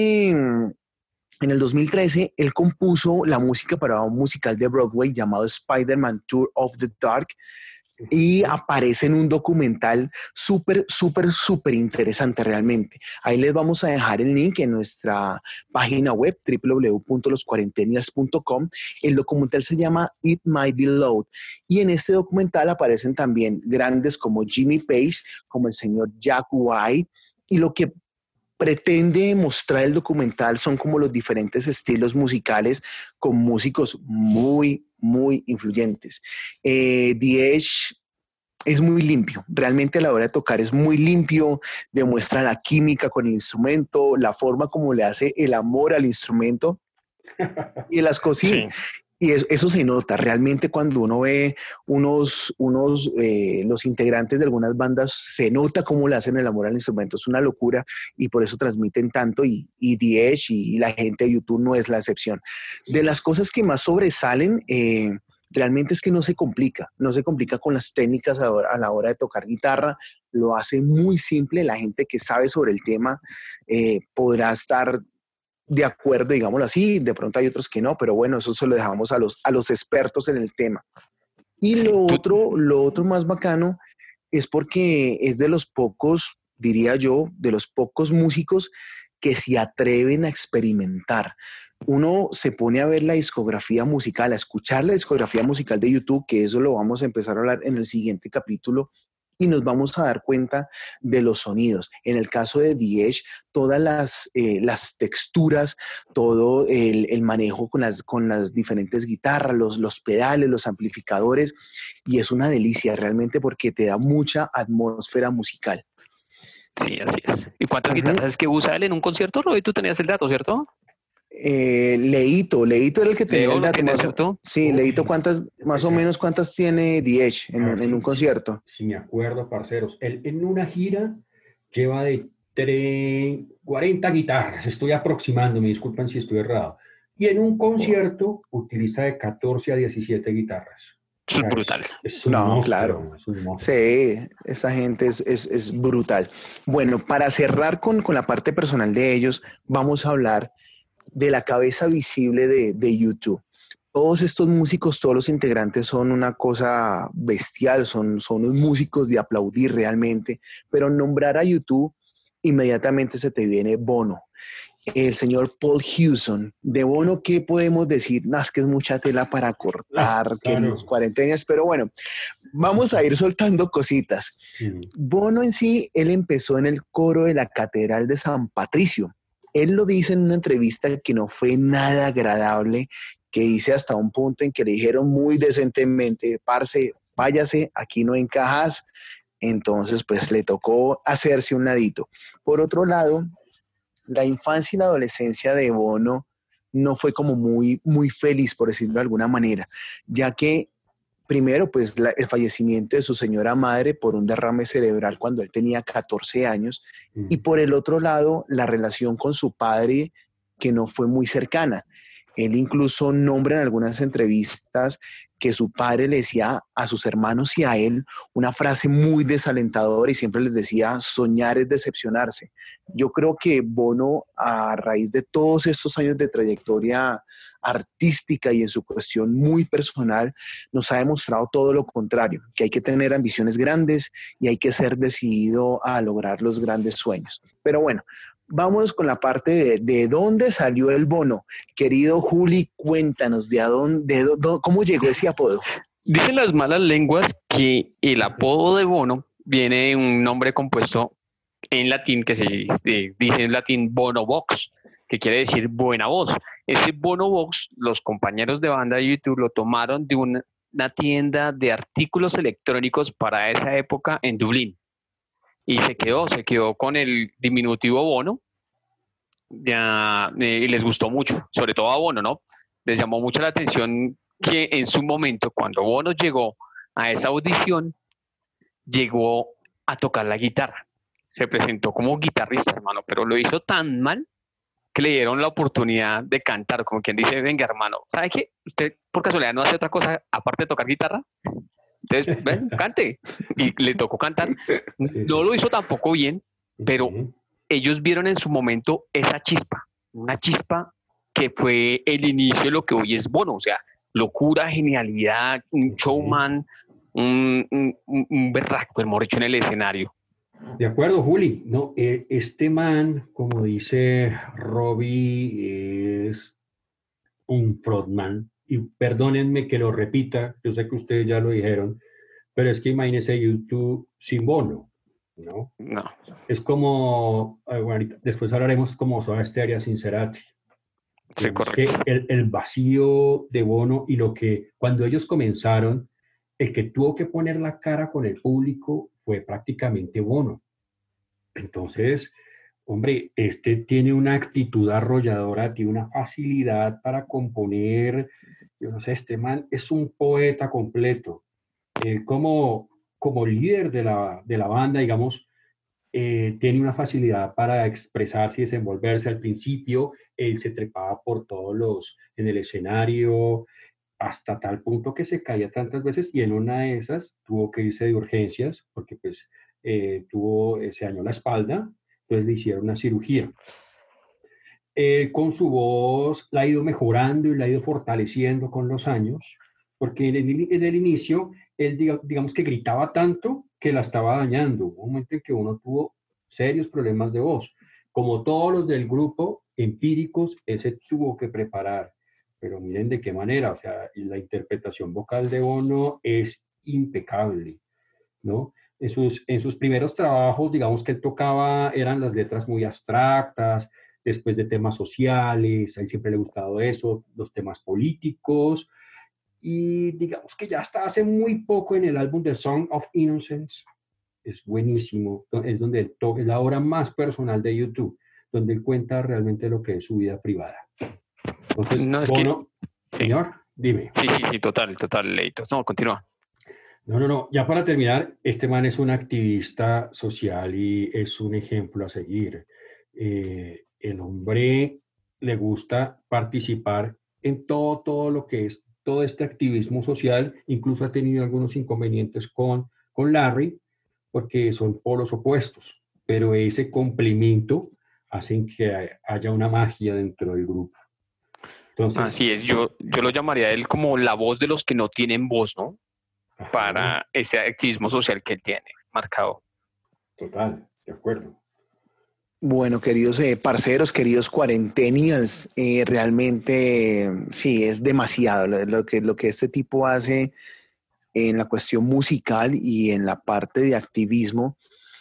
en el 2013, él compuso la música para un musical de Broadway llamado Spider-Man Tour of the Dark y aparece en un documental súper interesante realmente. Ahí les vamos a dejar el link en nuestra página web www.loscuarentenials.com. El documental se llama It Might Be Loud y en este documental aparecen también grandes como Jimmy Page, como el señor Jack White, y lo que pretende mostrar el documental son como los diferentes estilos musicales con músicos muy, muy influyentes. The Edge es muy limpio, realmente a la hora de tocar es muy limpio, demuestra la química con el instrumento, la forma como le hace el amor al instrumento y las cosas. Sí. Y eso se nota realmente cuando uno ve los integrantes de algunas bandas, se nota cómo le hacen el amor al instrumento. Es una locura y por eso transmiten tanto y The Edge y la gente de YouTube no es la excepción. De las cosas que más sobresalen, realmente es que no se complica con las técnicas a la hora de tocar guitarra, lo hace muy simple. La gente que sabe sobre el tema podrá estar de acuerdo, digámoslo así, de pronto hay otros que no, pero bueno, eso se lo dejamos a los expertos en el tema. Y sí, lo otro más bacano es porque es de los pocos, diría yo, de los pocos músicos que se atreven a experimentar. Uno se pone a ver la discografía musical, a escuchar la discografía musical de YouTube, que eso lo vamos a empezar a hablar en el siguiente capítulo, y nos vamos a dar cuenta de los sonidos. En el caso de The Edge, todas las texturas, todo el manejo con las diferentes guitarras, los pedales, los amplificadores, y es una delicia realmente porque te da mucha atmósfera musical. Sí, así es. ¿Y cuántas guitarras es que usa él en un concierto, Roy? Tú tenías el dato, ¿cierto? Leito era el que tenía el dato. ¿Cierto? Sí, Leito, más o menos cuántas tiene The Edge en un concierto. Sí, me acuerdo, parceros. Él en una gira lleva de 40 guitarras, estoy aproximando, me disculpan si estoy errado. Y en un concierto utiliza de 14 a 17 guitarras. Es brutal. Es un monstruo, claro. Es un monstruo. Sí, esa gente es brutal. Bueno, para cerrar con la parte personal de ellos, vamos a hablar de la cabeza visible de YouTube. Todos estos músicos, todos los integrantes son una cosa bestial, son unos músicos de aplaudir realmente, pero nombrar a YouTube, inmediatamente se te viene Bono. el señor Paul Hewson. De Bono, ¿qué podemos decir? No, es que es mucha tela para cortar, queridos cuarentenas, pero bueno, vamos a ir soltando cositas. Bono en sí, él empezó en el coro de la Catedral de San Patricio. Él lo dice en una entrevista que no fue nada agradable, que dice hasta un punto en que le dijeron muy decentemente, parce, váyase, aquí no encajas. Entonces, pues le tocó hacerse un ladito. Por otro lado, la infancia y la adolescencia de Bono no fue como muy, muy feliz, por decirlo de alguna manera, ya que primero, pues el fallecimiento de su señora madre por un derrame cerebral cuando él tenía 14 años, y por el otro lado, la relación con su padre que no fue muy cercana. Él incluso nombra en algunas entrevistas que su padre le decía a sus hermanos y a él una frase muy desalentadora y siempre les decía, soñar es decepcionarse. Yo creo que Bono, a raíz de todos estos años de trayectoria artística y en su cuestión muy personal, nos ha demostrado todo lo contrario, que hay que tener ambiciones grandes y hay que ser decidido a lograr los grandes sueños. Pero bueno, vámonos con la parte de dónde salió el Bono. Querido Juli, cuéntanos cómo llegó ese apodo. Dicen las malas lenguas que el apodo de Bono viene de un nombre compuesto en latín que se dice en latín Bono Vox, que quiere decir buena voz. Ese Bono Vox, los compañeros de banda de YouTube lo tomaron de una tienda de artículos electrónicos para esa época en Dublín. Y se quedó con el diminutivo Bono, y les gustó mucho, sobre todo a Bono, ¿no? Les llamó mucho la atención que en su momento, cuando Bono llegó a esa audición, llegó a tocar la guitarra. Se presentó como guitarrista, hermano, pero lo hizo tan mal que le dieron la oportunidad de cantar, como quien dice, venga, hermano, ¿sabe qué? Usted por casualidad no hace otra cosa aparte de tocar guitarra. Entonces, ven, cante. Y le tocó cantar. No lo hizo tampoco bien, pero ellos vieron en su momento esa chispa, una chispa que fue el inicio de lo que hoy es Bono, o sea, locura, genialidad, un showman, un berraco, el morricho en el escenario. De acuerdo, Juli. No, este man, como dice Robbie, es un frontman. Y perdónenme que lo repita, yo sé que ustedes ya lo dijeron, pero es que imagínense YouTube sin Bono, ¿no? No. Es como, bueno, después hablaremos como Soda Stereo sin Cerati. Sí, correcto. Que el vacío de Bono y lo que cuando ellos comenzaron, el que tuvo que poner la cara con el público fue prácticamente Bono. Entonces, hombre, este tiene una actitud arrolladora, tiene una facilidad para componer. Yo no sé, este man es un poeta completo. Como líder de la banda, digamos, tiene una facilidad para expresarse y desenvolverse. Al principio, él se trepaba por en el escenario, hasta tal punto que se caía tantas veces y en una de esas tuvo que irse de urgencias porque pues se dañó la espalda, entonces le hicieron una cirugía. Con su voz la ha ido mejorando y la ha ido fortaleciendo con los años, porque en el inicio él digamos que gritaba tanto que la estaba dañando. Hubo un momento en que uno tuvo serios problemas de voz. Como todos los del grupo empíricos, él se tuvo que preparar. Pero miren de qué manera, o sea, la interpretación vocal de Bono es impecable, ¿no? En sus primeros trabajos, digamos que él tocaba, eran las letras muy abstractas, después de temas sociales, a él siempre le ha gustado eso, los temas políticos, y digamos que ya hasta hace muy poco en el álbum The Song of Innocence, es buenísimo, es donde él toca, es la obra más personal de YouTube, donde él cuenta realmente lo que es su vida privada. Entonces, no, es Bono, sí. Señor, dime. Sí, total, Leitos. No, continúa. No. Ya para terminar, este man es un activista social y es un ejemplo a seguir. El hombre le gusta participar en todo lo que es todo este activismo social. Incluso ha tenido algunos inconvenientes con Larry, porque son polos opuestos, pero ese complemento hacen que haya una magia dentro del grupo. Entonces, así es, yo lo llamaría a él como la voz de los que no tienen voz, ¿no? Ajá. Para ese activismo social que él tiene marcado. Total, de acuerdo. Bueno, queridos parceros, queridos cuarentenials, realmente sí, es demasiado lo que este tipo hace en la cuestión musical y en la parte de activismo.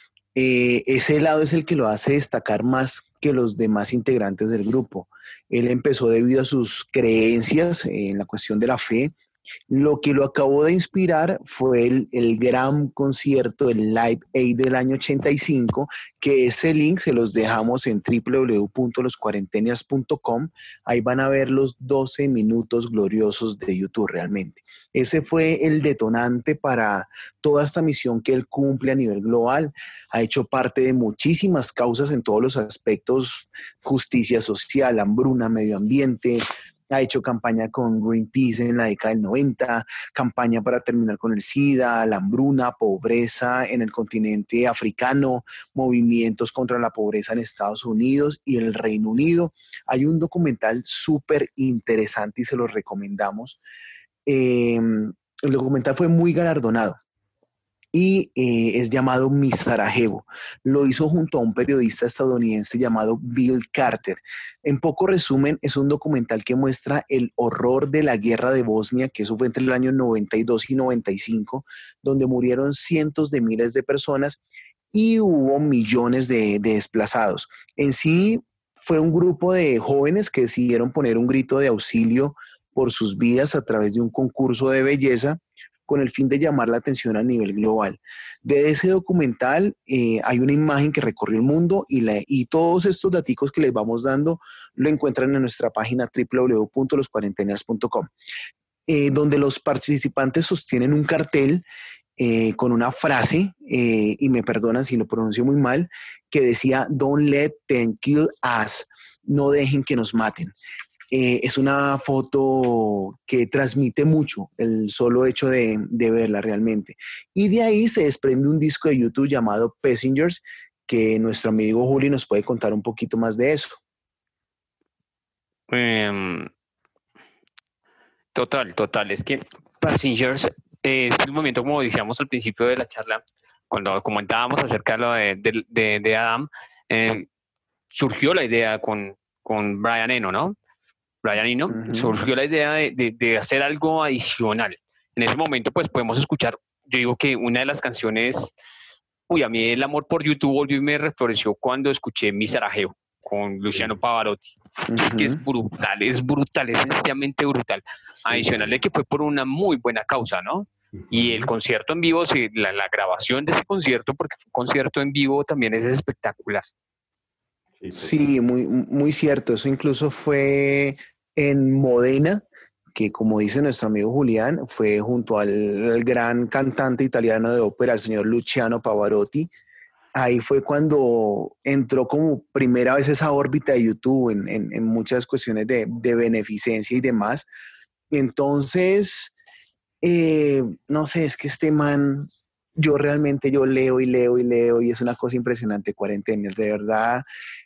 Ese lado es el que lo hace destacar más que los demás integrantes del grupo. Él empezó debido a sus creencias en la cuestión de la fe. Lo que lo acabó de inspirar fue el gran concierto, el Live Aid del año 85, que ese link se los dejamos en www.loscuarentenials.com. Ahí van a ver los 12 minutos gloriosos de YouTube realmente. Ese fue el detonante para toda esta misión que él cumple a nivel global. Ha hecho parte de muchísimas causas en todos los aspectos: justicia social, hambruna, medio ambiente. Ha hecho campaña con Greenpeace en la década del 90, campaña para terminar con el SIDA, la hambruna, pobreza en el continente africano, movimientos contra la pobreza en Estados Unidos y el Reino Unido. Hay un documental súper interesante y se lo recomendamos. El documental fue muy galardonado y es llamado Mi Sarajevo. Lo hizo junto a un periodista estadounidense llamado Bill Carter. En poco resumen, es un documental que muestra el horror de la guerra de Bosnia, que eso fue entre el año 92 y 95, donde murieron cientos de miles de personas y hubo millones de desplazados. En sí, fue un grupo de jóvenes que decidieron poner un grito de auxilio por sus vidas a través de un concurso de belleza con el fin de llamar la atención a nivel global. De ese documental hay una imagen que recorrió el mundo y todos estos daticos que les vamos dando lo encuentran en nuestra página www.loscuarentenials.com, donde los participantes sostienen un cartel con una frase, y me perdonan si lo pronuncio muy mal, que decía "Don't let them kill us", no dejen que nos maten. Es una foto que transmite mucho el solo hecho de verla realmente. Y de ahí se desprende un disco de YouTube llamado Passengers, que nuestro amigo Juli nos puede contar un poquito más de eso. Total. Es que Passengers es el momento, como decíamos al principio de la charla, cuando comentábamos acerca de lo de Adam, surgió la idea con Brian Eno, ¿no? Brian Eno, surgió la idea de hacer algo adicional. En ese momento, pues podemos escuchar, yo digo que una de las canciones, a mí el amor por YouTube volvió y me refloreció cuando escuché Mi Sarajevo con Luciano Pavarotti. Es que es brutal, es sencillamente brutal. Adicional de que fue por una muy buena causa, ¿no? Y el concierto en vivo, la grabación de ese concierto, porque fue un concierto en vivo, también es espectacular. Sí, muy cierto. Eso incluso fue en Modena, que como dice nuestro amigo Julián, fue junto al gran cantante italiano de ópera, el señor Luciano Pavarotti. Ahí fue cuando entró como primera vez esa órbita de YouTube en muchas cuestiones de beneficencia y demás. Entonces, no sé, es que este man, yo realmente yo leo y es una cosa impresionante, Cuarentenial, de verdad.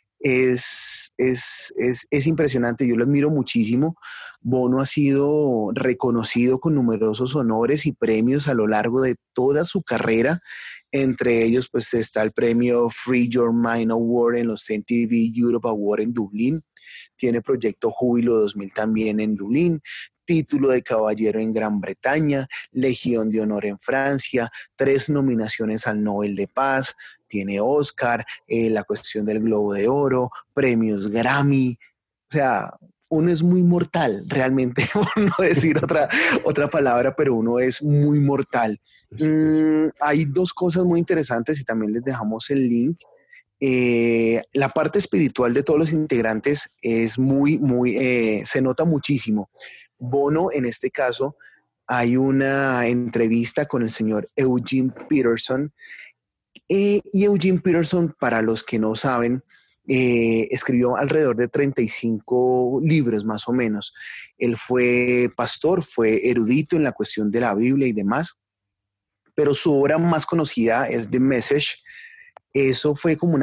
Es impresionante, yo lo admiro muchísimo. Bono ha sido reconocido con numerosos honores y premios a lo largo de toda su carrera. Entre ellos, pues está el premio Free Your Mind Award en los MTV Europe Award en Dublín. Tiene Proyecto Júbilo 2000 también en Dublín. Título de caballero en Gran Bretaña, Legión de Honor en Francia, 3 nominaciones al Nobel de Paz, tiene Oscar, la cuestión del Globo de Oro, premios Grammy. O sea, uno es muy mortal, realmente, por no decir otra palabra, pero uno es muy mortal. Hay 2 cosas muy interesantes y también les dejamos el link. La parte espiritual de todos los integrantes es se nota muchísimo. Bono, en este caso, hay una entrevista con el señor Eugene Peterson. Y Eugene Peterson, para los que no saben, escribió alrededor de 35 libros más o menos. Él fue pastor, fue erudito en la cuestión de la Biblia y demás, pero su obra más conocida es The Message. Eso fue como una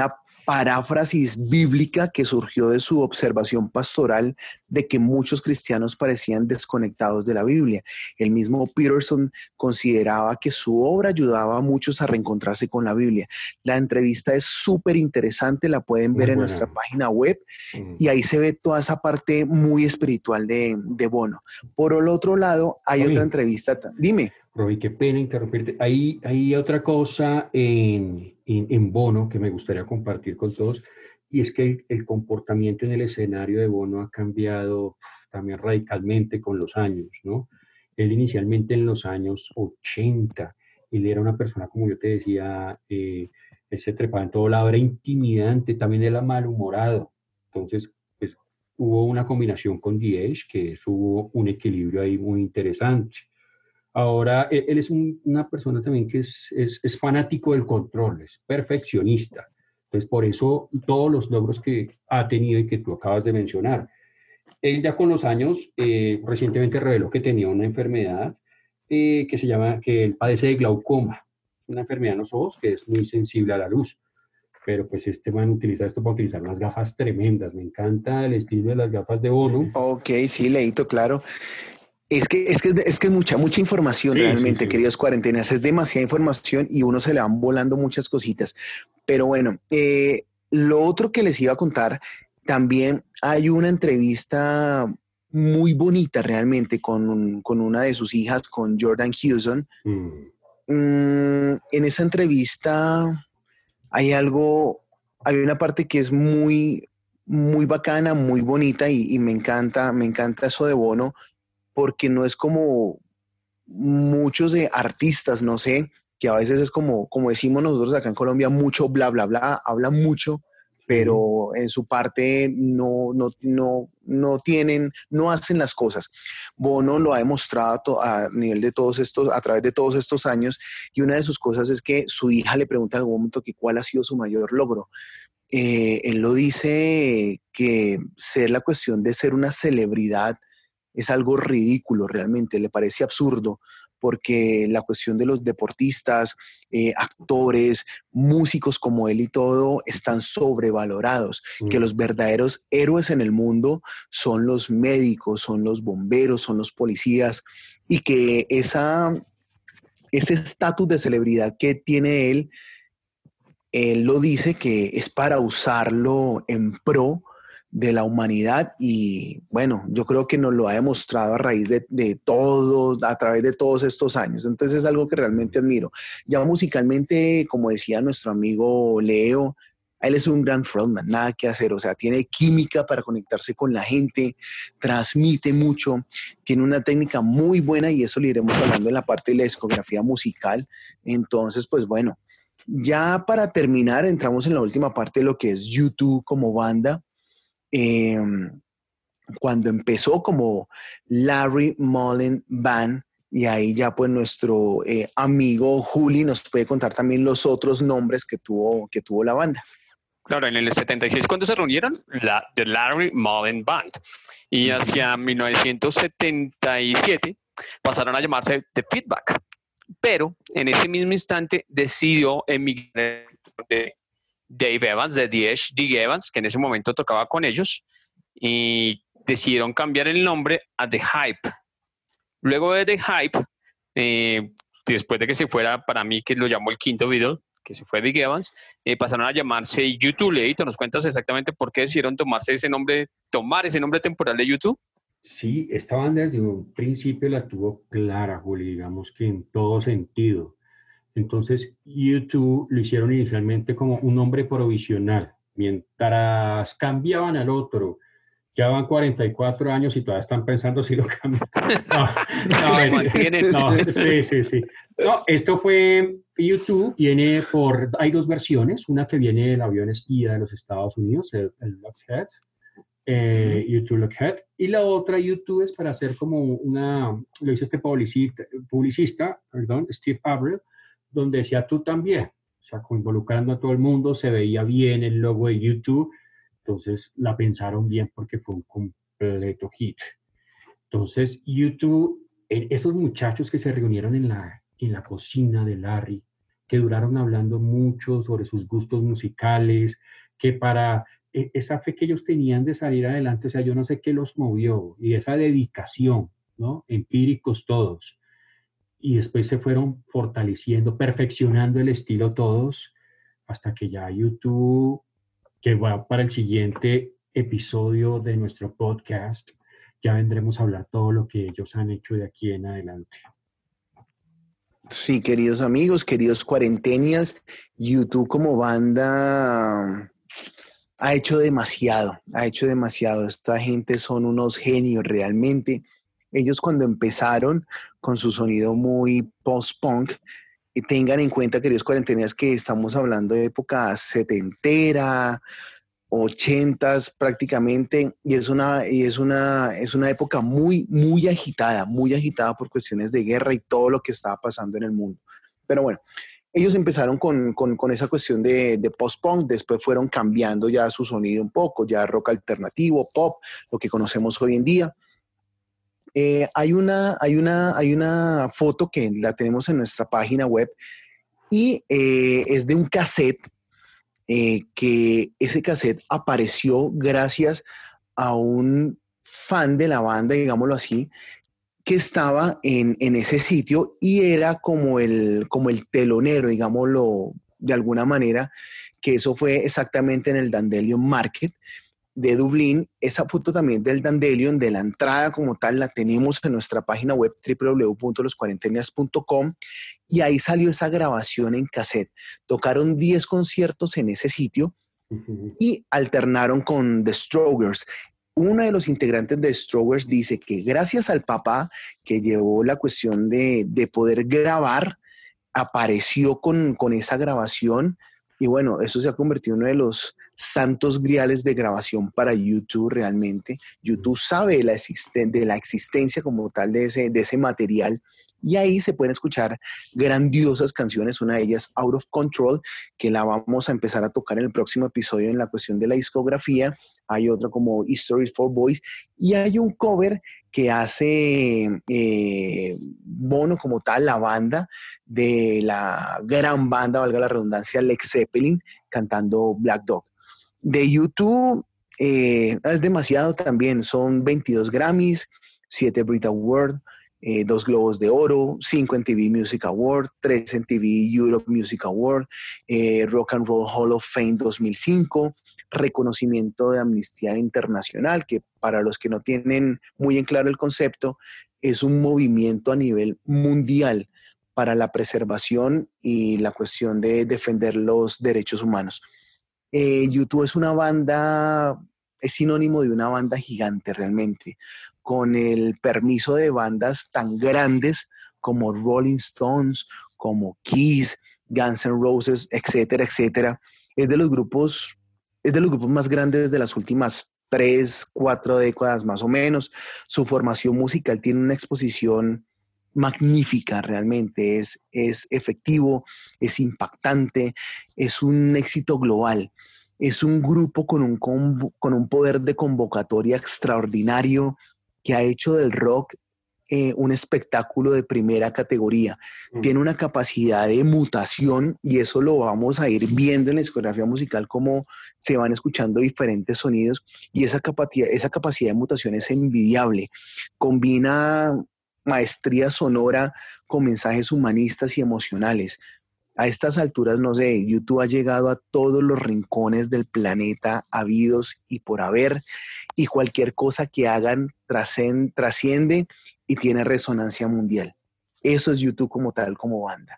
paráfrasis bíblica que surgió de su observación pastoral de que muchos cristianos parecían desconectados de la Biblia. El mismo Peterson consideraba que su obra ayudaba a muchos a reencontrarse con la Biblia. La entrevista es súper interesante, la pueden ver en nuestra página web y ahí se ve toda esa parte muy espiritual de Bono. Por el otro lado, hay otra entrevista. Dime. Roby, qué pena interrumpirte. Hay otra cosa en Bono que me gustaría compartir con todos, y es que el comportamiento en el escenario de Bono ha cambiado también radicalmente con los años, ¿no? Él inicialmente en los años 80, él era una persona, como yo te decía, él se trepaba en todo lado, era intimidante, también era malhumorado. Entonces, pues hubo una combinación con The Edge, que hubo un equilibrio ahí muy interesante. Ahora, él es una persona también que es fanático del control, es perfeccionista. Entonces, por eso todos los logros que ha tenido y que tú acabas de mencionar. Él ya con los años, recientemente reveló que tenía una enfermedad que él padece de glaucoma, una enfermedad en los ojos que es muy sensible a la luz. Pero pues este man utiliza esto para utilizar unas gafas tremendas. Me encanta el estilo de las gafas de Bono. Ok, sí, Leito, claro. Es que es mucha información realmente, sí. Queridos cuarentenas, es demasiada información y uno se le van volando muchas cositas. Pero bueno, lo otro que les iba a contar, también hay una entrevista muy bonita realmente con una de sus hijas, con Jordan Hewson. En esa entrevista hay una parte que es muy, muy bacana, muy bonita y me encanta eso de Bono, porque no es como muchos de artistas, no sé, que a veces es como decimos nosotros acá en Colombia, mucho bla, bla, bla, hablan mucho, pero en su parte no hacen las cosas. Bono lo ha demostrado a través de todos estos años, y una de sus cosas es que su hija le pregunta en algún momento que cuál ha sido su mayor logro. Él lo dice que la cuestión de ser una celebridad es algo ridículo realmente, le parece absurdo, porque la cuestión de los deportistas, actores, músicos como él y todo están sobrevalorados, que los verdaderos héroes en el mundo son los médicos, son los bomberos, son los policías, y que ese estatus de celebridad que tiene él lo dice que es para usarlo en pro de la humanidad, y bueno, yo creo que nos lo ha demostrado a raíz de todo, a través de todos estos años. Entonces es algo que realmente admiro. Ya musicalmente, como decía nuestro amigo Leo, él es un gran frontman, nada que hacer, o sea, tiene química para conectarse con la gente, transmite mucho, tiene una técnica muy buena, y eso lo iremos hablando en la parte de la discografía musical. Entonces, pues bueno, ya para terminar, entramos en la última parte de lo que es U2 como banda. Cuando empezó como Larry Mullen Band, y ahí ya pues nuestro amigo Juli nos puede contar también los otros nombres que tuvo la banda. Claro, en el 76 cuando se reunieron, The Larry Mullen Band, y hacia 1977 pasaron a llamarse The Feedback, pero en ese mismo instante decidió emigrar de Dave Evans, de The Edge, Dave Evans, que en ese momento tocaba con ellos, y decidieron cambiar el nombre a The Hype. Luego de The Hype, después de que se fuera, para mí, que lo llamó el quinto Beatle, que se fue Dave Evans, pasaron a llamarse U2. Leito, ¿nos cuentas exactamente por qué decidieron tomar ese nombre temporal de U2? Sí, esta banda desde un principio la tuvo clara, Juli, digamos que en todo sentido. Entonces, U2 lo hicieron inicialmente como un nombre provisional, mientras cambiaban al otro. Ya van 44 años y todavía están pensando si lo cambian. Sí. No, esto fue U2, hay dos versiones, una que viene del avión espía de los Estados Unidos, el Lockheed, U2 Lockheed, y la otra U2 es para hacer como lo hizo este publicista, Steve Avril, donde decía tú también, o sea, involucrando a todo el mundo, se veía bien el logo de U2, entonces la pensaron bien porque fue un completo hit. Entonces U2, esos muchachos que se reunieron en la cocina de Larry, que duraron hablando mucho sobre sus gustos musicales, que para esa fe que ellos tenían de salir adelante, o sea, yo no sé qué los movió, y esa dedicación, ¿no? Empíricos todos, y después se fueron fortaleciendo, perfeccionando el estilo todos, hasta que ya YouTube, que va para el siguiente episodio de nuestro podcast, ya vendremos a hablar todo lo que ellos han hecho de aquí en adelante. Sí, queridos amigos, queridos cuarentenias, YouTube como banda ha hecho demasiado, ha hecho demasiado. Esta gente son unos genios realmente. Ellos cuando empezaron con su sonido muy post-punk, y tengan en cuenta, queridos cuarentenias, que estamos hablando de época setentera, ochentas prácticamente, y es una época muy agitada por cuestiones de guerra y todo lo que estaba pasando en el mundo. Pero bueno, ellos empezaron con esa cuestión de post-punk, después fueron cambiando ya su sonido un poco, ya rock alternativo, pop, lo que conocemos hoy en día. Hay una foto que la tenemos en nuestra página web y es de un cassette, que ese cassette apareció gracias a un fan de la banda, digámoslo así, que estaba en ese sitio y era como el telonero, digámoslo de alguna manera, que eso fue exactamente en el Dandelion Market de Dublín. Esa foto también del Dandelion, de la entrada como tal, la tenemos en nuestra página web www.loscuarentenias.com, y ahí salió esa grabación en cassette. Tocaron 10 conciertos en ese sitio y alternaron con The Strokers. Uno de los integrantes de Strokers dice que gracias al papá que llevó la cuestión de poder grabar, apareció con esa grabación, y bueno, eso se ha convertido en uno de los santos griales de grabación para YouTube realmente. YouTube sabe de la existencia como tal de ese material, y ahí se pueden escuchar grandiosas canciones, una de ellas Out of Control, que la vamos a empezar a tocar en el próximo episodio en la cuestión de la discografía. Hay otra como History for Boys, y hay un cover que hace Bono como tal, la banda de la gran banda, valga la redundancia, Led Zeppelin, cantando Black Dog. De YouTube es demasiado también, son 22 Grammys, 7 Brit Awards, 2 Globos de Oro, 5 MTV Music Award, 3 MTV Europe Music Award, Rock and Roll Hall of Fame 2005, reconocimiento de Amnistía Internacional, que para los que no tienen muy en claro el concepto, es un movimiento a nivel mundial para la preservación y la cuestión de defender los derechos humanos. YouTube es una banda, es sinónimo de una banda gigante realmente, con el permiso de bandas tan grandes como Rolling Stones, como Kiss, Guns N' Roses, etcétera, etcétera. Es de los grupos más grandes de las últimas 3, 4 décadas más o menos. Su formación musical tiene una exposición magnífica realmente, es efectivo, es impactante, es un éxito global. Es un grupo con un poder de convocatoria extraordinario, que ha hecho del rock un espectáculo de primera categoría. Tiene una capacidad de mutación, y eso lo vamos a ir viendo en la discografía musical, cómo se van escuchando diferentes sonidos, y esa capacidad de mutación es envidiable. Combina maestría sonora con mensajes humanistas y emocionales. A estas alturas, no sé, YouTube ha llegado a todos los rincones del planeta habidos y por haber, y cualquier cosa que hagan trasciende y tiene resonancia mundial. Eso es YouTube como tal, como banda.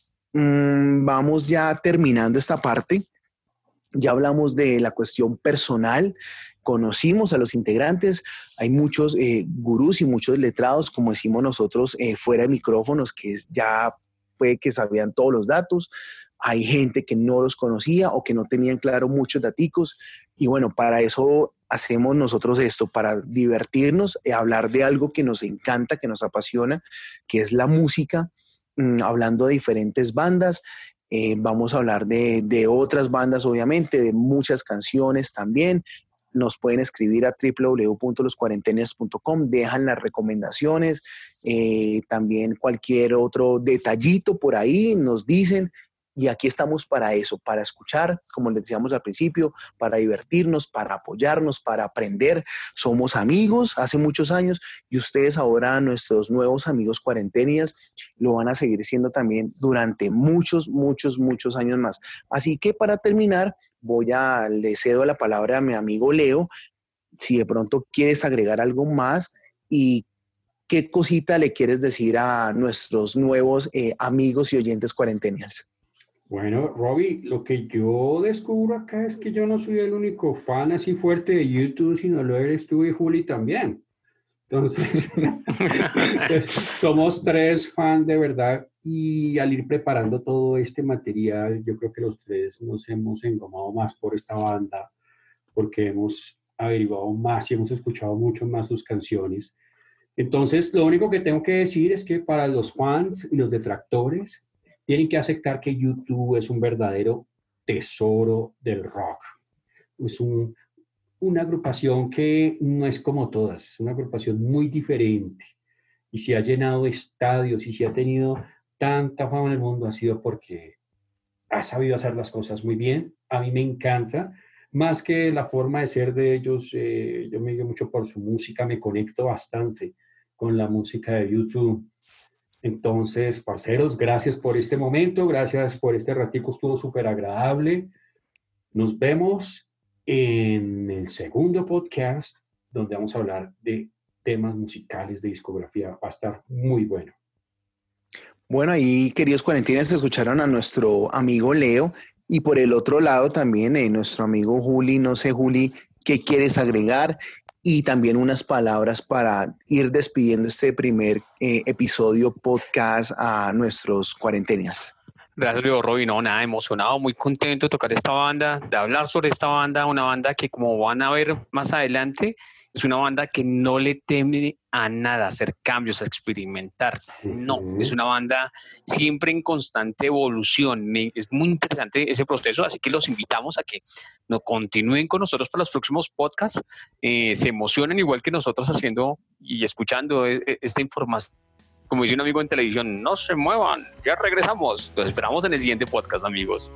Vamos ya terminando esta parte. Ya hablamos de la cuestión personal, conocimos a los integrantes, hay muchos gurús y muchos letrados, como decimos nosotros, fuera de micrófonos, que ya fue que sabían todos los datos. Hay gente que no los conocía o que no tenían claro muchos daticos, y bueno, para eso hacemos nosotros esto, para divertirnos, hablar de algo que nos encanta, que nos apasiona, que es la música, hablando de diferentes bandas. Vamos a hablar de otras bandas, obviamente, de muchas canciones también. Nos pueden escribir a www.loscuarentenias.com, dejan las recomendaciones, también cualquier otro detallito por ahí, nos dicen, Y aquí estamos para eso, para escuchar, como les decíamos al principio, para divertirnos, para apoyarnos, para aprender. Somos amigos hace muchos años y ustedes ahora, nuestros nuevos amigos cuarentenials, lo van a seguir siendo también durante muchos, muchos, muchos años más. Así que para terminar, le cedo la palabra a mi amigo Leo, si de pronto quieres agregar algo más y qué cosita le quieres decir a nuestros nuevos amigos y oyentes cuarentenials. Bueno, Robbie, lo que yo descubro acá es que yo no soy el único fan así fuerte de YouTube, sino lo eres tú y Juli también. Entonces, somos 3 fans de verdad y al ir preparando todo este material, yo creo que los 3 nos hemos engomado más por esta banda porque hemos averiguado más y hemos escuchado mucho más sus canciones. Entonces, lo único que tengo que decir es que para los fans y los detractores, tienen que aceptar que YouTube es un verdadero tesoro del rock. Es una agrupación que no es como todas, es una agrupación muy diferente. Y si ha llenado estadios y si ha tenido tanta fama en el mundo, ha sido porque ha sabido hacer las cosas muy bien. A mí me encanta, más que la forma de ser de ellos, yo me guío mucho por su música, me conecto bastante con la música de YouTube. Entonces, parceros, gracias por este momento, gracias por este ratico, estuvo súper agradable. Nos vemos en el segundo podcast, donde vamos a hablar de temas musicales, de discografía. Va a estar muy bueno. Bueno, ahí, queridos cuarentenials, escucharon a nuestro amigo Leo y por el otro lado también nuestro amigo Juli. No sé, Juli, ¿qué quieres agregar? Y también unas palabras para ir despidiendo este primer episodio podcast a nuestros cuarentenials. Gracias, Leo Robbie. No, nada, emocionado, muy contento de tocar esta banda, de hablar sobre esta banda, una banda que, como van a ver más adelante, es una banda que no le teme a nada, a hacer cambios, a experimentar. No, es una banda siempre en constante evolución. Es muy interesante ese proceso, así que los invitamos a que nos continúen con nosotros para los próximos podcasts, se emocionen igual que nosotros haciendo y escuchando esta información. Como dice un amigo en televisión, no se muevan, ya regresamos. Los esperamos en el siguiente podcast, amigos.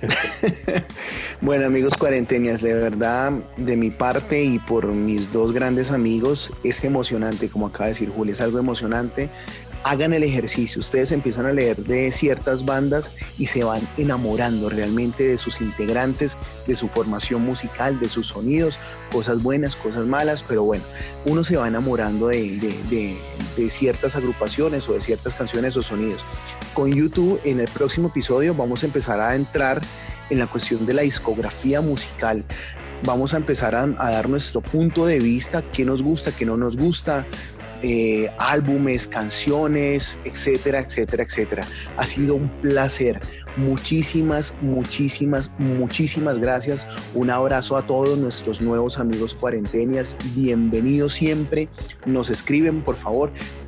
Bueno, amigos cuarentenias, de verdad, de mi parte y por mis 2 grandes amigos, es emocionante, como acaba de decir Juli, es algo emocionante. Hagan el ejercicio, ustedes empiezan a leer de ciertas bandas y se van enamorando realmente de sus integrantes, de su formación musical, de sus sonidos, cosas buenas, cosas malas, pero bueno, uno se va enamorando de ciertas agrupaciones o de ciertas canciones o sonidos. Con YouTube, en el próximo episodio vamos a empezar a entrar en la cuestión de la discografía musical. Vamos a empezar a dar nuestro punto de vista, qué nos gusta, qué no nos gusta, álbumes, canciones, etcétera, etcétera, etcétera. Ha sido un placer. Muchísimas, muchísimas, muchísimas gracias. Un abrazo a todos nuestros nuevos amigos cuarentenials. Bienvenidos siempre. Nos escriben, por favor,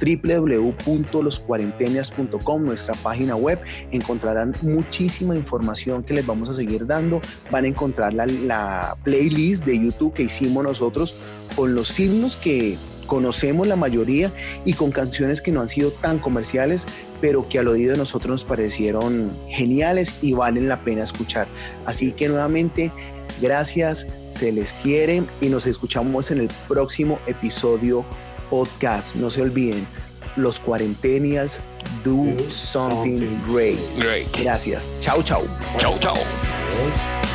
www.loscuarentenials.com, nuestra página web. Encontrarán muchísima información que les vamos a seguir dando. Van a encontrar la playlist de YouTube que hicimos nosotros con los himnos que conocemos la mayoría y con canciones que no han sido tan comerciales, pero que al oído de nosotros nos parecieron geniales y valen la pena escuchar. Así que nuevamente, gracias, se les quiere y nos escuchamos en el próximo episodio podcast. No se olviden, los cuarentenials do something great. Gracias. Chao, chao. Chao, chao.